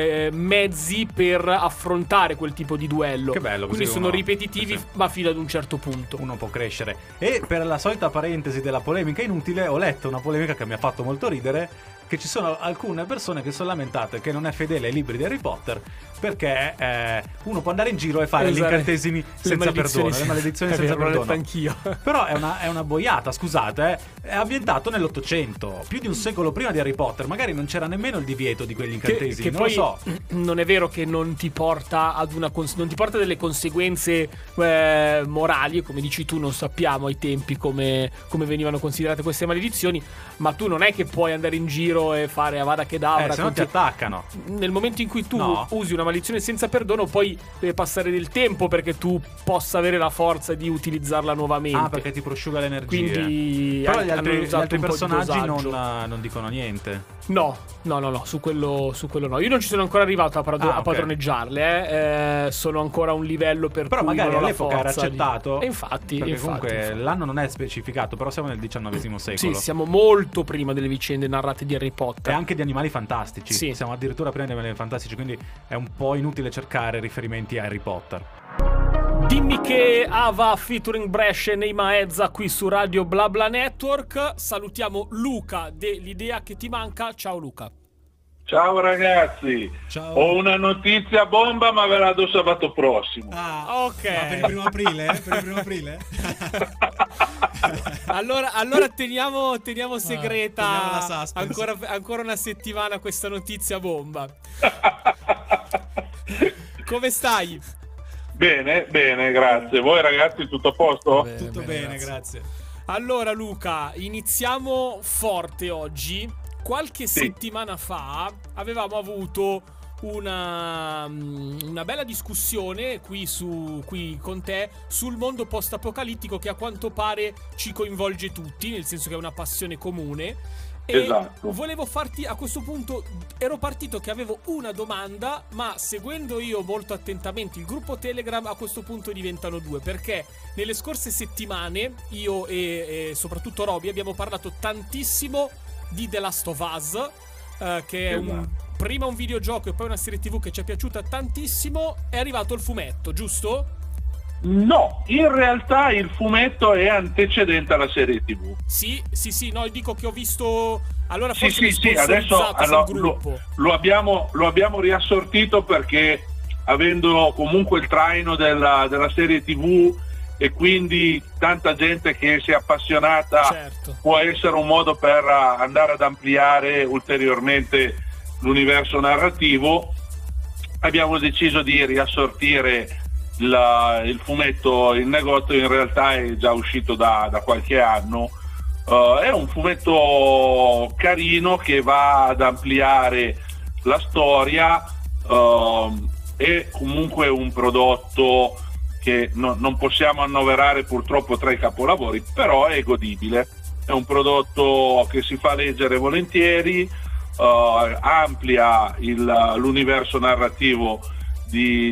mezzi per affrontare quel tipo di duello. Che bello, quindi sono ripetitivi ma fino ad un certo punto uno può crescere. E per la solita parentesi della polemica inutile, ho letto una polemica che mi ha fatto molto ridere, che ci sono alcune persone che sono lamentate che non è fedele ai libri di Harry Potter perché uno può andare in giro e fare gli incantesimi senza perdono, le maledizioni senza perdono. Anch'io. Però è una boiata, scusate, è ambientato nell'Ottocento, più di un secolo prima di Harry Potter, magari non c'era nemmeno il divieto di quegli incantesimi, che non poi lo so. Non è vero che non ti porta ad non ti porta delle conseguenze morali, come dici tu, non sappiamo ai tempi come venivano considerate queste maledizioni, ma tu non è che puoi andare in giro e fare Avada Kedavra, se no ti attaccano. Nel momento in cui tu usi una maledizione senza perdono, poi deve passare del tempo perché tu possa avere la forza di utilizzarla nuovamente. Perché ti prosciuga l'energia. Quindi però gli altri personaggi non dicono niente. No, su quello no. Io non ci sono ancora arrivato a padroneggiarle, sono ancora a un livello per però cui magari non ho la all'epoca era forza accettato. E infatti, comunque l'anno non è specificato, però siamo nel XIX secolo. Sì, siamo molto prima delle vicende narrate di Harry Potter. E anche di Animali Fantastici. Sì. Siamo addirittura prima di Animali Fantastici, quindi è un po' inutile cercare riferimenti a Harry Potter. Dimmi che Ava featuring Brescia e Neima Ezza qui su Radio BlaBla Network. Salutiamo Luca dell'Idea che ti manca. Ciao Luca. Ciao ragazzi. Ciao. Ho una notizia bomba, ma ve la do sabato prossimo. Ok. Ma per il primo aprile? Per il primo aprile? Allora teniamo segreta teniamo ancora una settimana questa notizia bomba. Come stai? Bene, grazie. Voi ragazzi tutto a posto? Tutto bene, grazie. Allora Luca, iniziamo forte oggi. Qualche settimana fa avevamo avuto una bella discussione qui con te sul mondo post-apocalittico, che a quanto pare ci coinvolge tutti, nel senso che è una passione comune. Esatto. Volevo farti, a questo punto ero partito che avevo una domanda, ma seguendo io molto attentamente il gruppo Telegram, a questo punto diventano due, perché nelle scorse settimane io e soprattutto Roby abbiamo parlato tantissimo di The Last of Us, che è prima un videogioco e poi una serie TV che ci è piaciuta tantissimo. È arrivato il fumetto, giusto? No, in realtà il fumetto è antecedente alla serie TV. Sì, no, dico che ho visto. Allora sì, forse adesso gruppo. Lo abbiamo riassortito perché, avendo comunque il traino della serie TV e quindi tanta gente che si è appassionata, certo, può essere un modo per andare ad ampliare ulteriormente l'universo narrativo, abbiamo deciso di riassortire il fumetto in negozio. In realtà è già uscito da qualche anno. È un fumetto carino che va ad ampliare la storia, è comunque un prodotto che non possiamo annoverare purtroppo tra i capolavori, però è godibile. È un prodotto che si fa leggere volentieri, amplia l'universo narrativo di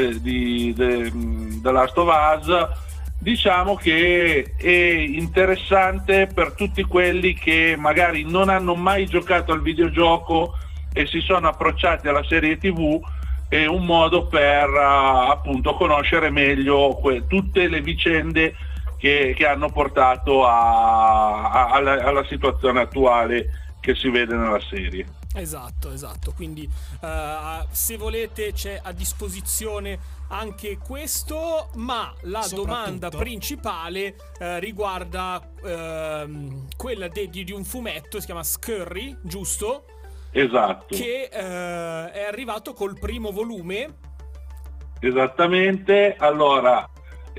The Last of Us. Diciamo che è interessante per tutti quelli che magari non hanno mai giocato al videogioco e si sono approcciati alla serie TV. È un modo per appunto conoscere meglio tutte le vicende che hanno portato alla situazione attuale che si vede nella serie. Esatto. Quindi se volete c'è a disposizione anche questo, ma la domanda principale riguarda quella di un fumetto, si chiama Scurry, giusto? Esatto. Che è arrivato col primo volume. Esattamente. Allora,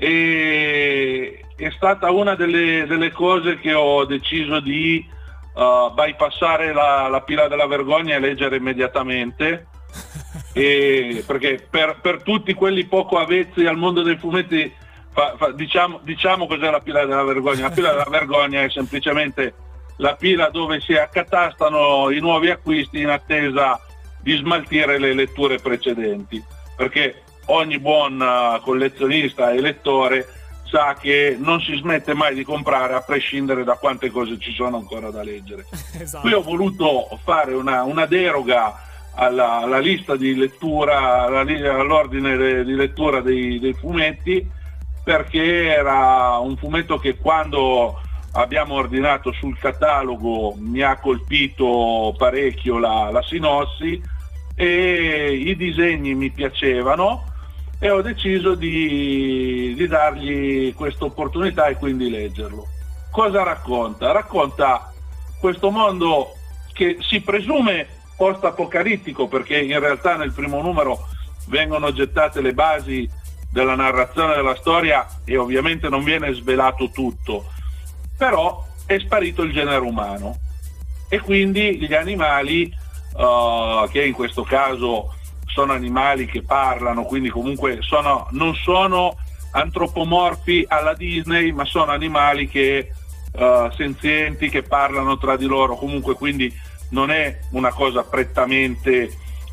è stata una delle cose che ho deciso di bypassare la pila della vergogna e leggere immediatamente. Perché per tutti quelli poco avvezzi al mondo dei fumetti diciamo cos'è la pila della vergogna. La pila della vergogna è semplicemente la pila dove si accatastano i nuovi acquisti in attesa di smaltire le letture precedenti, perché ogni buon collezionista e lettore sa che non si smette mai di comprare a prescindere da quante cose ci sono ancora da leggere. Esatto. Qui ho voluto fare una deroga alla lista di lettura, all'ordine di lettura dei fumetti, perché era un fumetto che quando abbiamo ordinato sul catalogo mi ha colpito parecchio la sinossi, e i disegni mi piacevano, e ho deciso di dargli questa opportunità e quindi leggerlo. Cosa racconta? Racconta questo mondo che si presume post-apocalittico, perché in realtà nel primo numero vengono gettate le basi della narrazione della storia e ovviamente non viene svelato tutto, però è sparito il genere umano e quindi gli animali, che in questo caso sono animali che parlano, quindi comunque non sono antropomorfi alla Disney, ma sono animali che senzienti, che parlano tra di loro, comunque quindi non è una cosa prettamente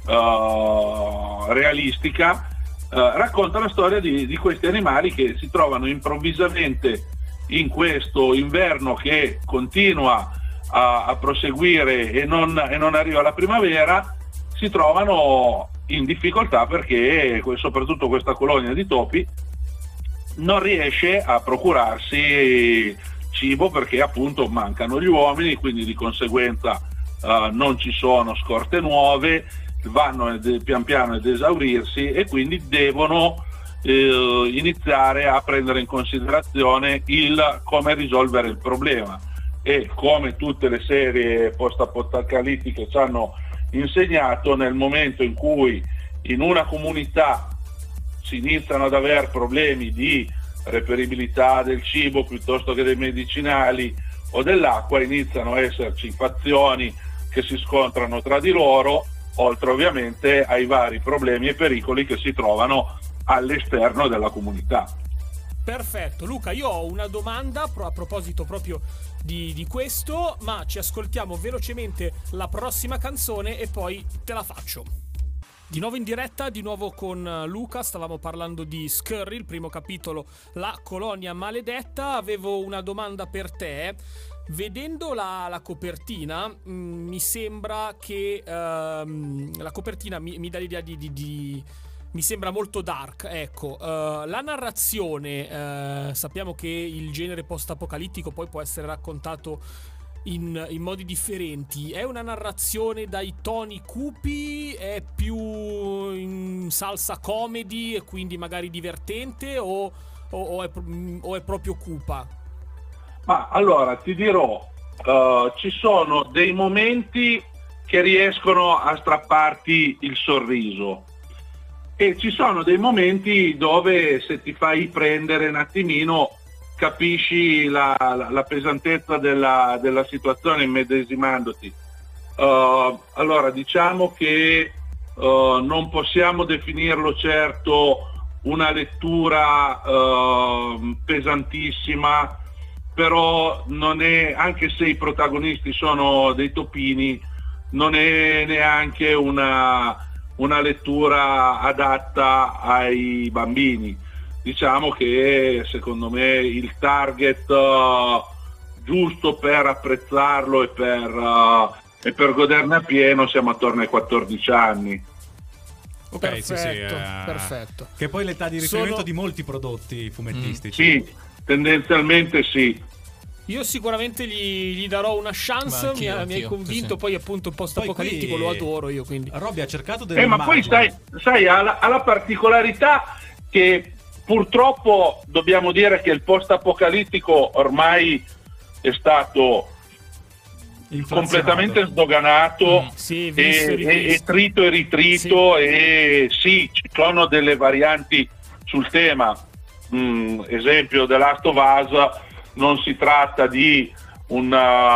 realistica. Racconta la storia di questi animali che si trovano improvvisamente in questo inverno che continua a proseguire e non arriva la primavera, si trovano in difficoltà perché soprattutto questa colonia di topi non riesce a procurarsi cibo, perché appunto mancano gli uomini, quindi di conseguenza non ci sono scorte nuove, vanno pian piano ad esaurirsi e quindi devono iniziare a prendere in considerazione come risolvere il problema. E come tutte le serie post-apocalittiche ci hanno insegnato, nel momento in cui in una comunità si iniziano ad avere problemi di reperibilità del cibo piuttosto che dei medicinali o dell'acqua, iniziano a esserci fazioni che si scontrano tra di loro, oltre ovviamente ai vari problemi e pericoli che si trovano all'esterno della comunità. Perfetto. Luca, io ho una domanda a proposito proprio di questo, ma ci ascoltiamo velocemente la prossima canzone e poi te la faccio. Di nuovo in diretta, di nuovo con Luca, stavamo parlando di Scurry, il primo capitolo, La colonia maledetta. Avevo una domanda per te. Vedendo la copertina, mi sembra che la copertina mi dà l'idea mi sembra molto dark, ecco. La narrazione, sappiamo che il genere post-apocalittico poi può essere raccontato in modi differenti. È una narrazione dai toni cupi? È più in salsa comedy e quindi magari divertente, o è proprio cupa? Ma allora ti dirò, ci sono dei momenti che riescono a strapparti il sorriso e ci sono dei momenti dove, se ti fai prendere un attimino, capisci la pesantezza della situazione immedesimandoti. Allora diciamo che non possiamo definirlo certo una lettura pesantissima, però non è, anche se i protagonisti sono dei topini, non è neanche una lettura adatta ai bambini. Diciamo che secondo me il target giusto per apprezzarlo e per goderne appieno siamo attorno ai 14 anni. Ok, Perfetto, sì. Perfetto. Che poi l'età di riferimento di molti prodotti fumettistici. Sì, tendenzialmente sì. Io sicuramente gli darò una chance. Mi hai convinto, sì. Poi appunto il post-apocalittico lo adoro io, quindi. Robby ha cercato delle ma poi sai ha la particolarità che purtroppo dobbiamo dire che il post-apocalittico ormai è stato completamente sdoganato, sì, e trito e ritrito, sì. E sì, ci sono delle varianti sul tema. Esempio, The Last of Us non si tratta di un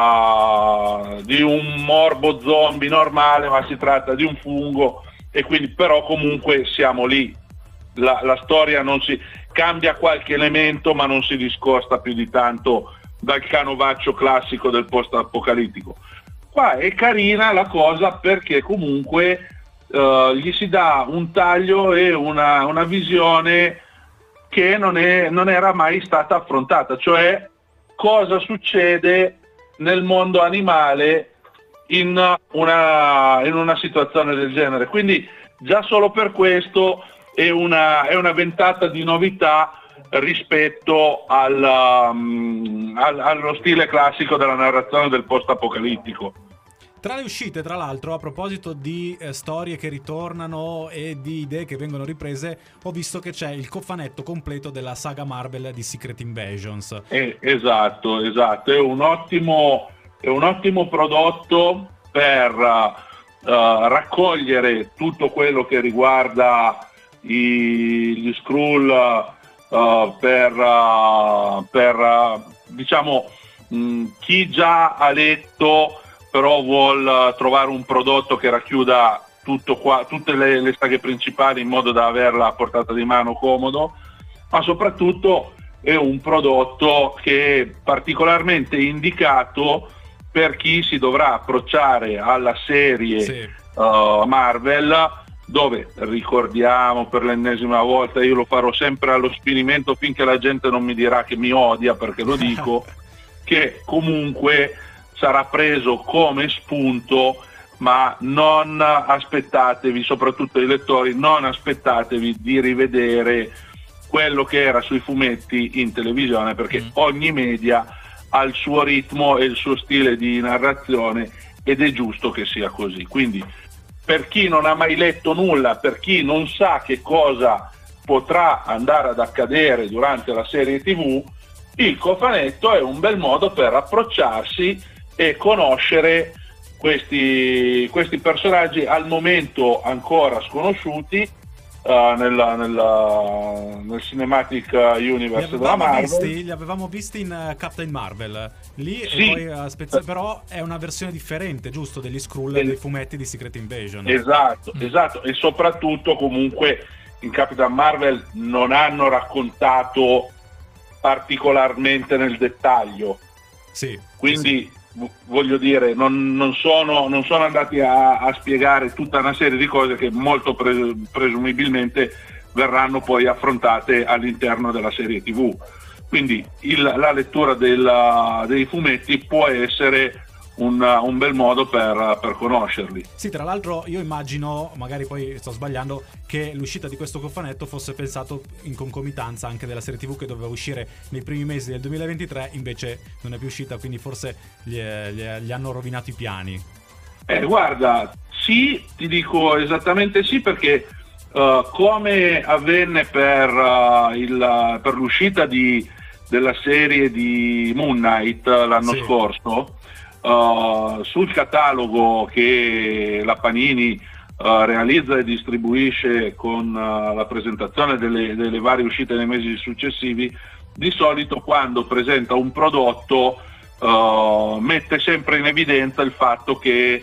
morbo zombie normale, ma si tratta di un fungo, e quindi però comunque siamo lì. La storia non si cambia qualche elemento ma non si discosta più di tanto dal canovaccio classico del post-apocalittico. Qua è carina la cosa perché comunque gli si dà un taglio e una visione che non era mai stata affrontata, cioè cosa succede nel mondo animale in una situazione del genere. Quindi già solo per questo è una ventata di novità rispetto allo stile classico della narrazione del post-apocalittico. Tra le uscite, tra l'altro, a proposito di storie che ritornano e di idee che vengono riprese, ho visto che c'è il cofanetto completo della saga Marvel di Secret Invasions. Esatto, è un ottimo prodotto per raccogliere tutto quello che riguarda gli Skrull, per diciamo chi già ha letto però vuol trovare un prodotto che racchiuda tutte le saghe principali in modo da averla a portata di mano comodo, ma soprattutto è un prodotto che è particolarmente indicato per chi si dovrà approcciare alla serie Marvel, dove, ricordiamo per l'ennesima volta, io lo farò sempre allo sfinimento finché la gente non mi dirà che mi odia perché lo dico, che comunque sarà preso come spunto, ma non aspettatevi, soprattutto i lettori, non aspettatevi di rivedere quello che era sui fumetti in televisione, perché ogni media ha il suo ritmo e il suo stile di narrazione ed è giusto che sia così. Quindi per chi non ha mai letto nulla, per chi non sa che cosa potrà andare ad accadere durante la serie TV, il cofanetto è un bel modo per approcciarsi e conoscere questi personaggi al momento ancora sconosciuti nel Cinematic Universe della Marvel. Li avevamo visti in Captain Marvel lì, sì. E poi però è una versione differente, giusto, degli Skrull dei fumetti di Secret Invasion. Esatto, e soprattutto comunque in Captain Marvel non hanno raccontato particolarmente nel dettaglio, quindi voglio dire, non sono andati a spiegare tutta una serie di cose che molto presumibilmente verranno poi affrontate all'interno della serie TV. Quindi la lettura dei fumetti può essere un bel modo per conoscerli. Sì, tra l'altro io immagino, magari poi sto sbagliando, che l'uscita di questo cofanetto fosse pensato in concomitanza anche della serie TV che doveva uscire nei primi mesi del 2023, invece non è più uscita, quindi forse gli hanno rovinato i piani. Guarda, sì, ti dico esattamente sì, perché come avvenne per l'uscita della serie di Moon Knight l'anno scorso, sul catalogo che la Panini realizza e distribuisce con la presentazione delle varie uscite nei mesi successivi, di solito quando presenta un prodotto mette sempre in evidenza il fatto che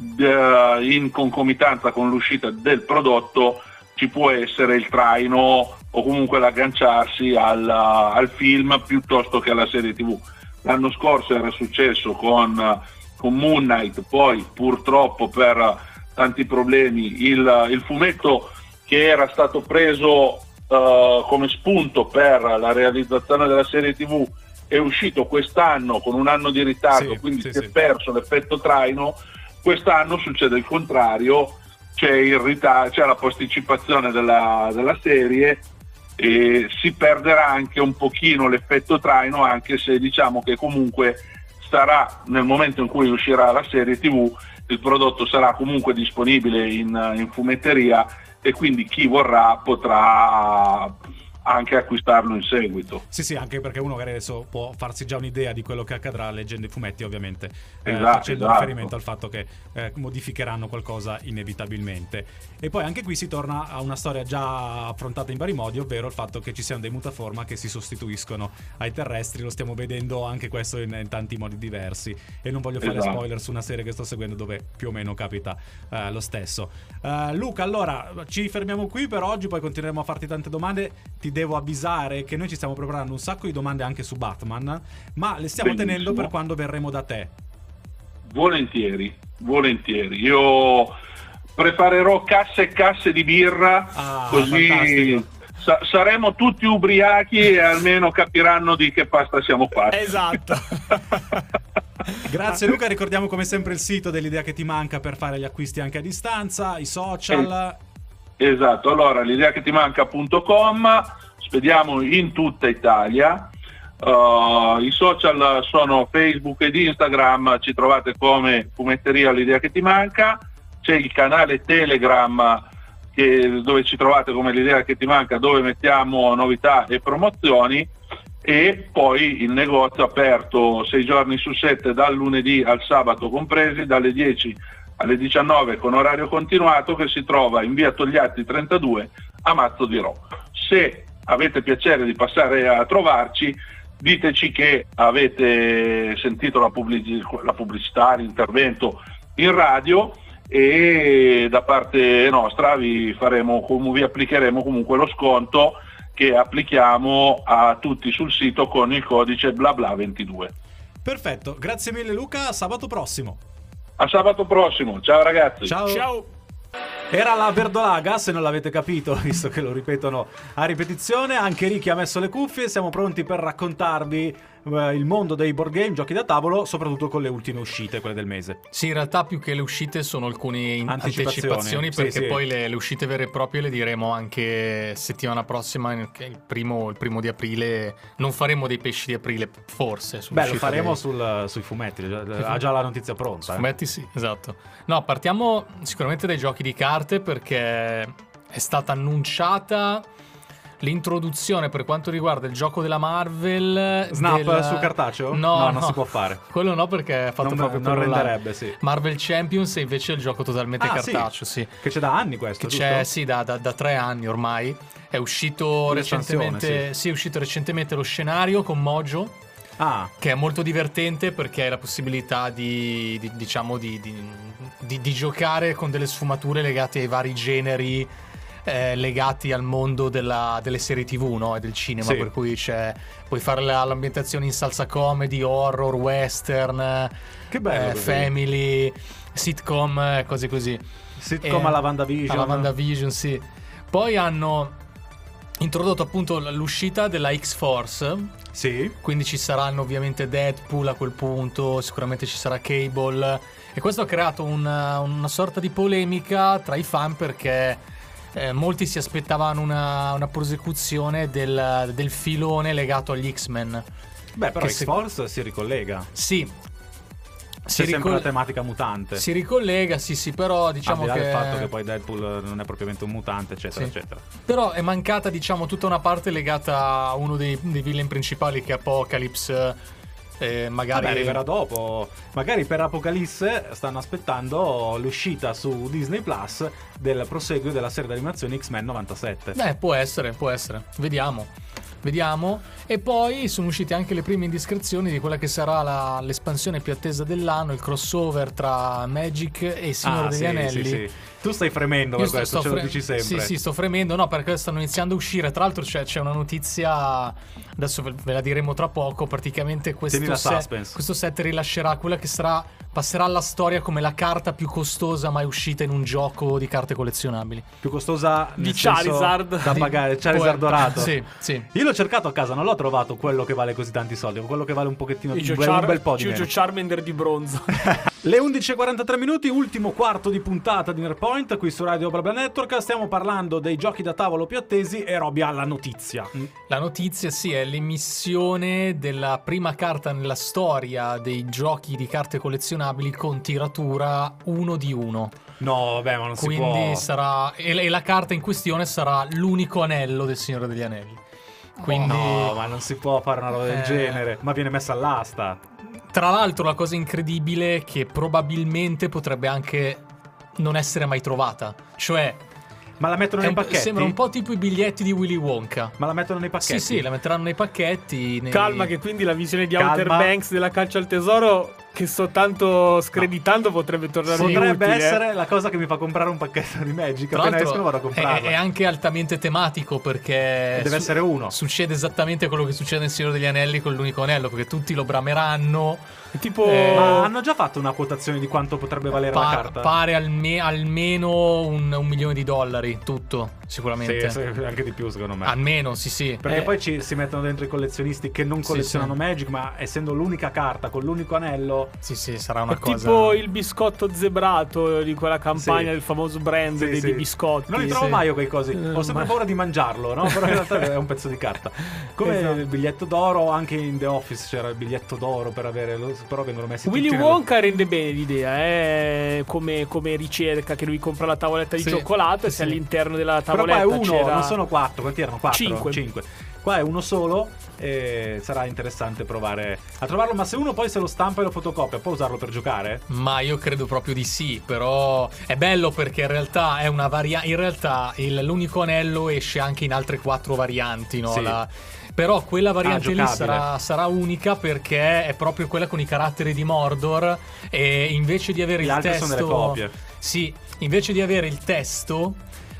in concomitanza con l'uscita del prodotto ci può essere il traino o comunque l'agganciarsi al film piuttosto che alla serie TV. L'anno scorso era successo con Moon Knight, poi purtroppo per tanti problemi il fumetto che era stato preso come spunto per la realizzazione della serie TV è uscito quest'anno con un anno di ritardo, quindi si è perso l'effetto traino. Quest'anno succede il contrario, c'è la posticipazione della serie e si perderà anche un pochino l'effetto traino, anche se diciamo che comunque sarà, nel momento in cui uscirà la serie TV, il prodotto sarà comunque disponibile in fumetteria e quindi chi vorrà potrà anche acquistarlo in seguito. Sì, anche perché uno magari adesso può farsi già un'idea di quello che accadrà leggendo i fumetti, ovviamente, facendo riferimento al fatto che modificheranno qualcosa inevitabilmente. E poi anche qui si torna a una storia già affrontata in vari modi, ovvero il fatto che ci siano dei mutaforma che si sostituiscono ai terrestri. Lo stiamo vedendo anche questo in tanti modi diversi, e non voglio fare spoiler su una serie che sto seguendo dove più o meno capita lo stesso. Luca, allora ci fermiamo qui per oggi, poi continueremo a farti tante domande. Ti devo avvisare che noi ci stiamo preparando un sacco di domande anche su Batman, ma le stiamo tenendo per quando verremo da te. Volentieri. Io preparerò casse e casse di birra, così saremo tutti ubriachi e almeno capiranno di che pasta siamo fatti. Esatto. Grazie Luca, ricordiamo come sempre il sito dell'Idea che ti manca per fare gli acquisti anche a distanza, i social. Esatto, allora l'ideachetimanca.com, spediamo in tutta Italia. I social sono Facebook ed Instagram, ci trovate come Fumetteria L'Idea che ti manca. C'è il canale Telegram dove ci trovate come L'Idea che ti manca, dove mettiamo novità e promozioni, e poi il negozio aperto 6 giorni su 7 dal lunedì al sabato compresi, dalle 10 alle 19 con orario continuato, che si trova in via Togliatti 32 a Mazzo di Ro. Se avete piacere di passare a trovarci, diteci che avete sentito la pubblicità, l'intervento in radio, e da parte nostra vi applicheremo comunque lo sconto che applichiamo a tutti sul sito con il codice BlaBla22. Perfetto, grazie mille Luca, a sabato prossimo. A sabato prossimo, ciao ragazzi. Ciao. Era la Verdolaga, se non l'avete capito, visto che lo ripetono a ripetizione. Anche Ricky ha messo le cuffie, siamo pronti per raccontarvi il mondo dei board game, giochi da tavolo, soprattutto con le ultime uscite, quelle del mese. Sì, in realtà più che le uscite sono alcune anticipazioni, perché sì. poi le uscite vere e proprie le diremo anche settimana prossima, il primo di aprile. Non faremo dei pesci di aprile, forse. Beh, lo faremo sui fumetti, ha già la notizia pronta. Fumetti sì, esatto. No, partiamo sicuramente dai giochi di carte, perché è stata annunciata l'introduzione per quanto riguarda il gioco della Marvel. Snap su cartaceo? No, non si può fare. Quello no, perché è fatto proprio per non renderebbe, sì. Marvel Champions è invece il gioco totalmente cartaceo, sì. Che c'è da anni questo, che c'è, sì, da 3 anni ormai. È uscito recentemente, sì, è uscito recentemente lo scenario con Mojo. Che è molto divertente, perché hai la possibilità di giocare con delle sfumature legate ai vari generi, legati al mondo delle serie TV, no? E del cinema, sì. Per cui puoi fare l'ambientazione in salsa comedy, horror, western, che bello, family, sitcom, cose così. Sitcom alla WandaVision. Alla WandaVision, sì. Poi hanno introdotto appunto l'uscita della X-Force. Sì. Quindi ci saranno ovviamente Deadpool a quel punto, sicuramente ci sarà Cable. E questo ha creato una sorta di polemica tra i fan, perché molti si aspettavano una prosecuzione del filone legato agli X-Men. Beh, però X-Force si ricollega. Sì. C'è sempre la tematica mutante. Si ricollega, sì, però diciamo al di là che del fatto che poi Deadpool non è propriamente un mutante, eccetera, sì. eccetera. Però è mancata, diciamo, tutta una parte legata a uno dei villain principali, che è Apocalypse. Magari arriverà dopo. Magari per Apocalisse stanno aspettando l'uscita su Disney Plus del proseguio della serie d'animazione X-Men 97. Può essere. Vediamo. E poi sono uscite anche le prime indiscrezioni di quella che sarà l'espansione più attesa dell'anno, il crossover tra Magic e Signore degli Anelli. Sì. Tu stai fremendo per questo, ce lo dici sempre. Sì, sto fremendo, no, perché stanno iniziando a uscire. Tra l'altro c'è una notizia, adesso ve la diremo tra poco. Praticamente questo set rilascerà quella che passerà alla storia come la carta più costosa mai uscita in un gioco di carte collezionabili. Più costosa di Charizard da pagare, Charizard dorato. Sì. Io l'ho cercato a casa, non l'ho trovato quello che vale così tanti soldi, quello che vale un pochettino un bel po' di meno. Charmander di bronzo. Le 11:43 minuti, ultimo quarto di puntata di Nerdpoint qui su Radio BlaBla Network. Stiamo parlando dei giochi da tavolo più attesi e Roby ha la notizia. La notizia, sì, è l'emissione della prima carta nella storia dei giochi di carte collezionabili con tiratura 1 di 1. No, vabbè, ma non si può. Quindi sarà, e la carta in questione sarà l'unico anello del Signore degli Anelli. Quindi, no, ma non si può fare una roba del genere. Ma viene messa all'asta. Tra l'altro, la cosa incredibile è che probabilmente potrebbe anche non essere mai trovata. Cioè, ma la mettono nei pacchetti? Sembra un po' tipo i biglietti di Willy Wonka. Ma la mettono nei pacchetti? Sì, la metteranno nei pacchetti. Calma, che quindi la visione di Outer Banks della Caccia al Tesoro che sto tanto screditando potrebbe tornare Potrebbe utile. essere la cosa che mi fa comprare un pacchetto di Magic. Tra Appena l'altro escono vado a comprarlo. è anche altamente tematico, perché Deve essere uno. succede esattamente quello che succede nel Signore degli Anelli con l'unico anello, perché tutti lo brameranno. Tipo Ma hanno già fatto una quotazione di quanto potrebbe valere la carta? Pare almeno $1 milione, tutto, sicuramente. Sì, anche di più secondo me. Almeno, sì. Perché poi si mettono dentro i collezionisti che non collezionano sì. Magic, ma essendo l'unica carta con l'unico anello. Sì, sarà una è cosa. tipo il biscotto zebrato di quella campagna Sì. del famoso brand Sì, dei biscotti. Non li trovo sì. mai io quei cosi. Ho sempre paura di mangiarlo, no? Però in realtà è un pezzo di carta. Come Esatto. il biglietto d'oro, anche in The Office c'era il biglietto d'oro per avere. Però vengono messi Willy tutti Wonka rende bene l'idea, come ricerca, che lui compra la tavoletta di Sì, cioccolato e sì, se all'interno della Però tavoletta qua è uno, c'era... non sono 4. Quanti erano? 4? 5. Qua è uno solo e sarà interessante provare a trovarlo. Ma se uno poi se lo stampa e lo fotocopia, può usarlo per giocare? Ma io credo proprio di sì, però è bello perché in realtà è una variante. In realtà l'unico anello esce anche in altre 4 varianti, no? Sì. Però quella variante lì giocabile. sarà unica perché è proprio quella con i caratteri di Mordor, e invece di avere Gli il altri testo... sono delle copie. Sì, invece di avere il testo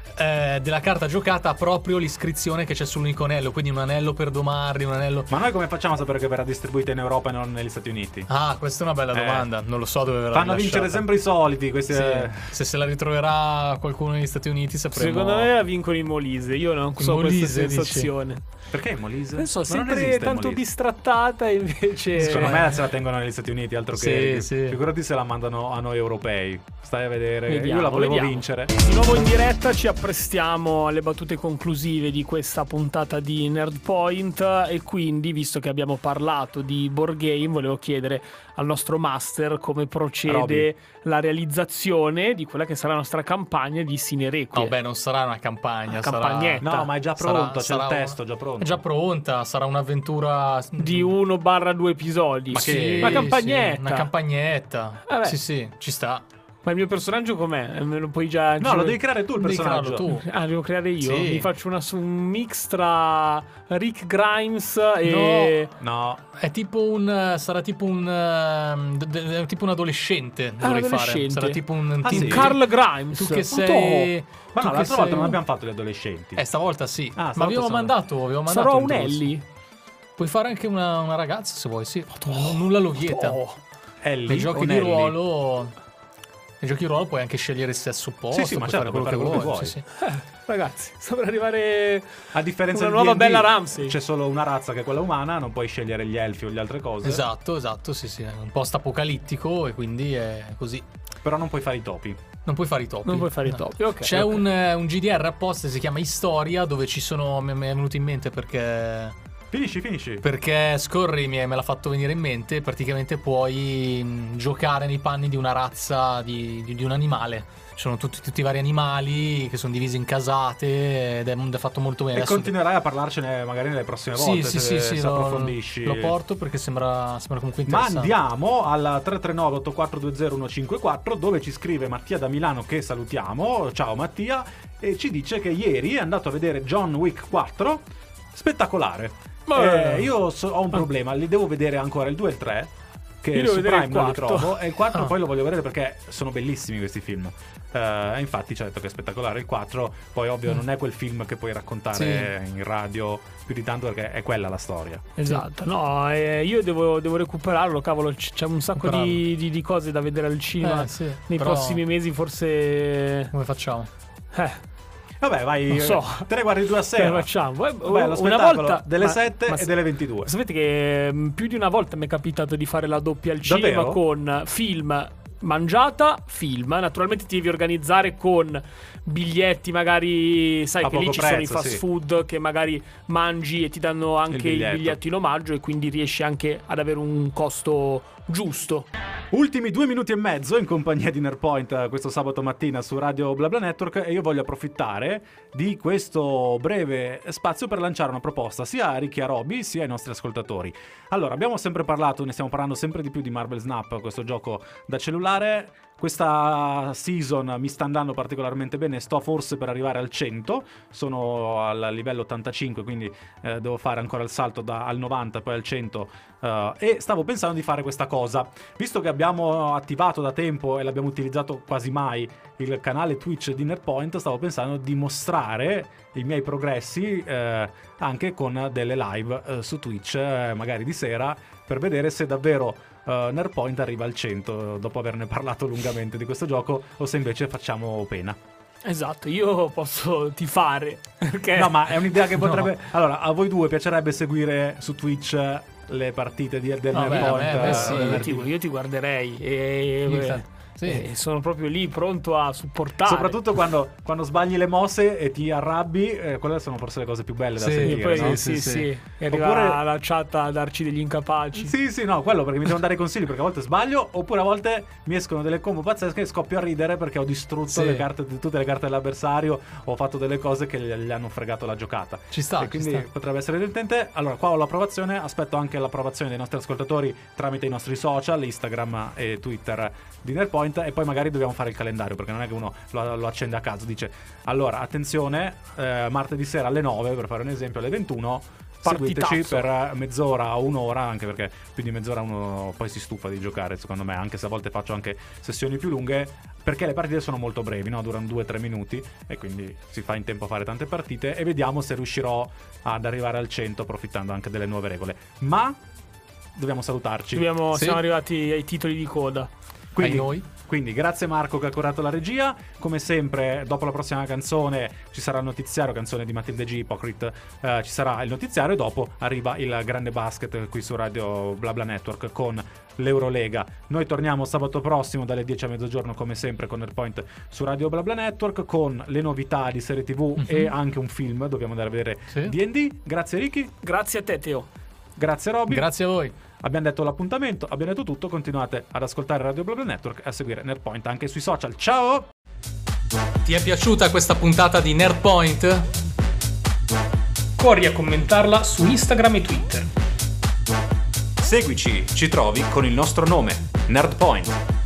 della carta giocata ha proprio l'iscrizione che c'è sull'unico anello, quindi un anello per domarli, un anello... Ma noi come facciamo a sapere che verrà distribuita in Europa e non negli Stati Uniti? Ah, questa è una bella domanda, non lo so dove verrà Fanno rilasciata. vincere sempre i soliti questi. Sì. Se la ritroverà qualcuno negli Stati Uniti sapremo. Secondo me la vincono i Molise. Io non so Molise, questa dici? sensazione. Perché Molise? Non so, Ma non sempre esiste tanto Molise. bistrattata invece. Secondo me se la tengono negli Stati Uniti, altro che. Sì. Figurati se la mandano a noi europei. Stai a vedere. Vediamo, Io la volevo vediamo. vincere. Di nuovo in diretta ci apprestiamo alle battute conclusive di questa puntata di Nerd Point, e quindi, visto che abbiamo parlato di board game, volevo chiedere al nostro master come procede Roby. la realizzazione di quella che sarà la nostra campagna di Sinerequie. No, beh, non sarà una campagna, Una sarà... campagnetta. No, ma è già pronto, c'è il testo già pronto. È già pronta, sarà un'avventura Di 1/2 episodi. Ma che- Una campagnetta. Sì, una campagnetta. Vabbè. Sì, ci sta. Ma il mio personaggio com'è? Me lo puoi già... No, lo devi creare tu il Devi personaggio. crearlo tu. Ah, devo creare io? Sì. Mi faccio un mix tra Rick Grimes e... No. È tipo un... sarà tipo un... tipo un adolescente, dovrei fare. adolescente. Sarà tipo un... Ah, sì? Carl Grimes. Tu che Oh, sei... Ma tu no, che l'altra volta sei- non abbiamo fatto gli adolescenti. Stavolta sì. Ah, stavolta Ma abbiamo sono- mandato Sarò un trosso. Ellie. Puoi fare anche una ragazza se vuoi, sì. Nulla lo vieta. Ellie Nei giochi o di Nelly? ruolo... Nei giochi di ruolo puoi anche scegliere il sesso opposto. Sì, ma puoi certo, fare quello puoi che fare vuoi. quello che Sì, sì. Ragazzi, sembra arrivare A differenza una di nuova D&D, Bella Ramsey. c'è solo una razza che è quella umana, non puoi scegliere gli elfi o le altre cose. Esatto, sì. È un post apocalittico e quindi è così. Però non puoi fare i topi. Non puoi fare i topi. Non puoi fare i No. topi, ok. C'è ok. un GDR apposta, si chiama Historia, dove ci sono... Mi è venuto in mente perché... Finisci. Perché Scorri me l'ha fatto venire in mente. Praticamente puoi giocare nei panni di una razza di un animale. Ci sono tutti i vari animali che sono divisi in casate ed è fatto molto bene. E Adesso- continuerai a parlarcene magari nelle prossime volte se approfondisci. lo porto perché sembra comunque Ma interessante. andiamo al 339-8420-154 dove ci scrive Mattia da Milano, che salutiamo. Ciao Mattia. E ci dice che ieri è andato a vedere John Wick 4. Spettacolare. Io ho un problema, li devo vedere ancora il 2 e il 3, che Io devo su vedere Prime il non li 4. trovo, e il 4 Ah. poi lo voglio vedere perché sono bellissimi questi film. Infatti ci ha detto che è spettacolare il 4. Poi ovvio non è quel film che puoi raccontare in radio più di tanto, perché è quella la storia. Esatto, no, io devo recuperarlo, cavolo, c'è un sacco di cose da vedere al cinema Sì, nei però prossimi mesi, forse... come facciamo? Vabbè, vai, Non so. te ne guardi 2 a Che sera. facciamo? Vabbè, lo Una spettacolo volta delle 7 e delle 22. Sapete che più di una volta mi è capitato di fare la doppia al cinema Davvero? con film mangiata, film. Naturalmente ti devi organizzare con biglietti, magari, sai A che lì poco ci sono i prezzo, fast sì. food che magari mangi e ti danno anche il biglietto. biglietto in omaggio, e quindi riesci anche ad avere un costo giusto. Ultimi 2 minuti e mezzo in compagnia di Nerdpoint questo sabato mattina su Radio BlaBla Network, e io voglio approfittare di questo breve spazio per lanciare una proposta sia a Ricky e a Roby sia ai nostri ascoltatori. Allora, abbiamo sempre parlato, ne stiamo parlando sempre di più di Marvel Snap, questo gioco da cellulare. questa season mi sta andando particolarmente bene, sto forse per arrivare al 100, sono al livello 85, quindi devo fare ancora il salto al 90 poi al 100, e stavo pensando di fare questa cosa, visto che abbiamo attivato da tempo e l'abbiamo utilizzato quasi mai il canale Twitch di Nerdpoint, stavo pensando di mostrare i miei progressi anche con delle live su Twitch, magari di sera, per vedere se davvero Nerdpoint arriva al 100 dopo averne parlato lungamente di questo gioco, o se invece facciamo pena. Esatto, io posso tifare, perché... No, ma è un'idea che potrebbe... No. Allora, a voi due piacerebbe seguire su Twitch le partite del Nerdpoint? Sì, io ti guarderei e sono proprio lì pronto a supportare. Soprattutto quando sbagli le mosse e ti arrabbi, quelle sono forse le cose più belle da sentire, poi no? Sì. E arriva la chat a darci degli incapaci. Sì, no, quello perché mi devono dare consigli, perché a volte sbaglio, oppure a volte mi escono delle combo pazzesche e scoppio a ridere perché ho distrutto tutte le carte dell'avversario, ho fatto delle cose che gli hanno fregato la giocata. Ci sta, e quindi potrebbe essere divertente. Allora, qua ho l'approvazione, aspetto anche l'approvazione dei nostri ascoltatori tramite i nostri social, Instagram e Twitter di Nerdpoint, e poi magari dobbiamo fare il calendario, perché non è che uno lo accende a caso, dice allora attenzione, martedì sera alle 9, per fare un esempio, alle 21 seguiteci per mezz'ora o un'ora, anche perché più di mezz'ora uno poi si stufa di giocare, secondo me, anche se a volte faccio anche sessioni più lunghe, perché le partite sono molto brevi, no? Durano 2-3 minuti e quindi si fa in tempo a fare tante partite, e vediamo se riuscirò ad arrivare al 100 approfittando anche delle nuove regole. Ma dobbiamo salutarci. Siamo arrivati ai titoli di coda. Quindi grazie Marco che ha curato la regia. Come sempre, dopo la prossima canzone ci sarà il notiziario, canzone di Matilde G, Hypocrite, ci sarà il notiziario, e dopo arriva il grande basket qui su Radio BlaBla Network con l'Eurolega. Noi torniamo sabato prossimo dalle 10 a mezzogiorno come sempre con Nerdpoint su Radio BlaBla Network, con le novità di serie TV e anche un film, dobbiamo andare a vedere D&D. Grazie Ricky. Grazie a te Teo. Grazie Robby. Grazie a voi. Abbiamo detto l'appuntamento, abbiamo detto tutto. Continuate ad ascoltare Radio BlaBla Network e a seguire Nerdpoint anche sui social. Ciao! Ti è piaciuta questa puntata di Nerdpoint? Corri a commentarla su Instagram e Twitter. Seguici, ci trovi con il nostro nome, Nerdpoint.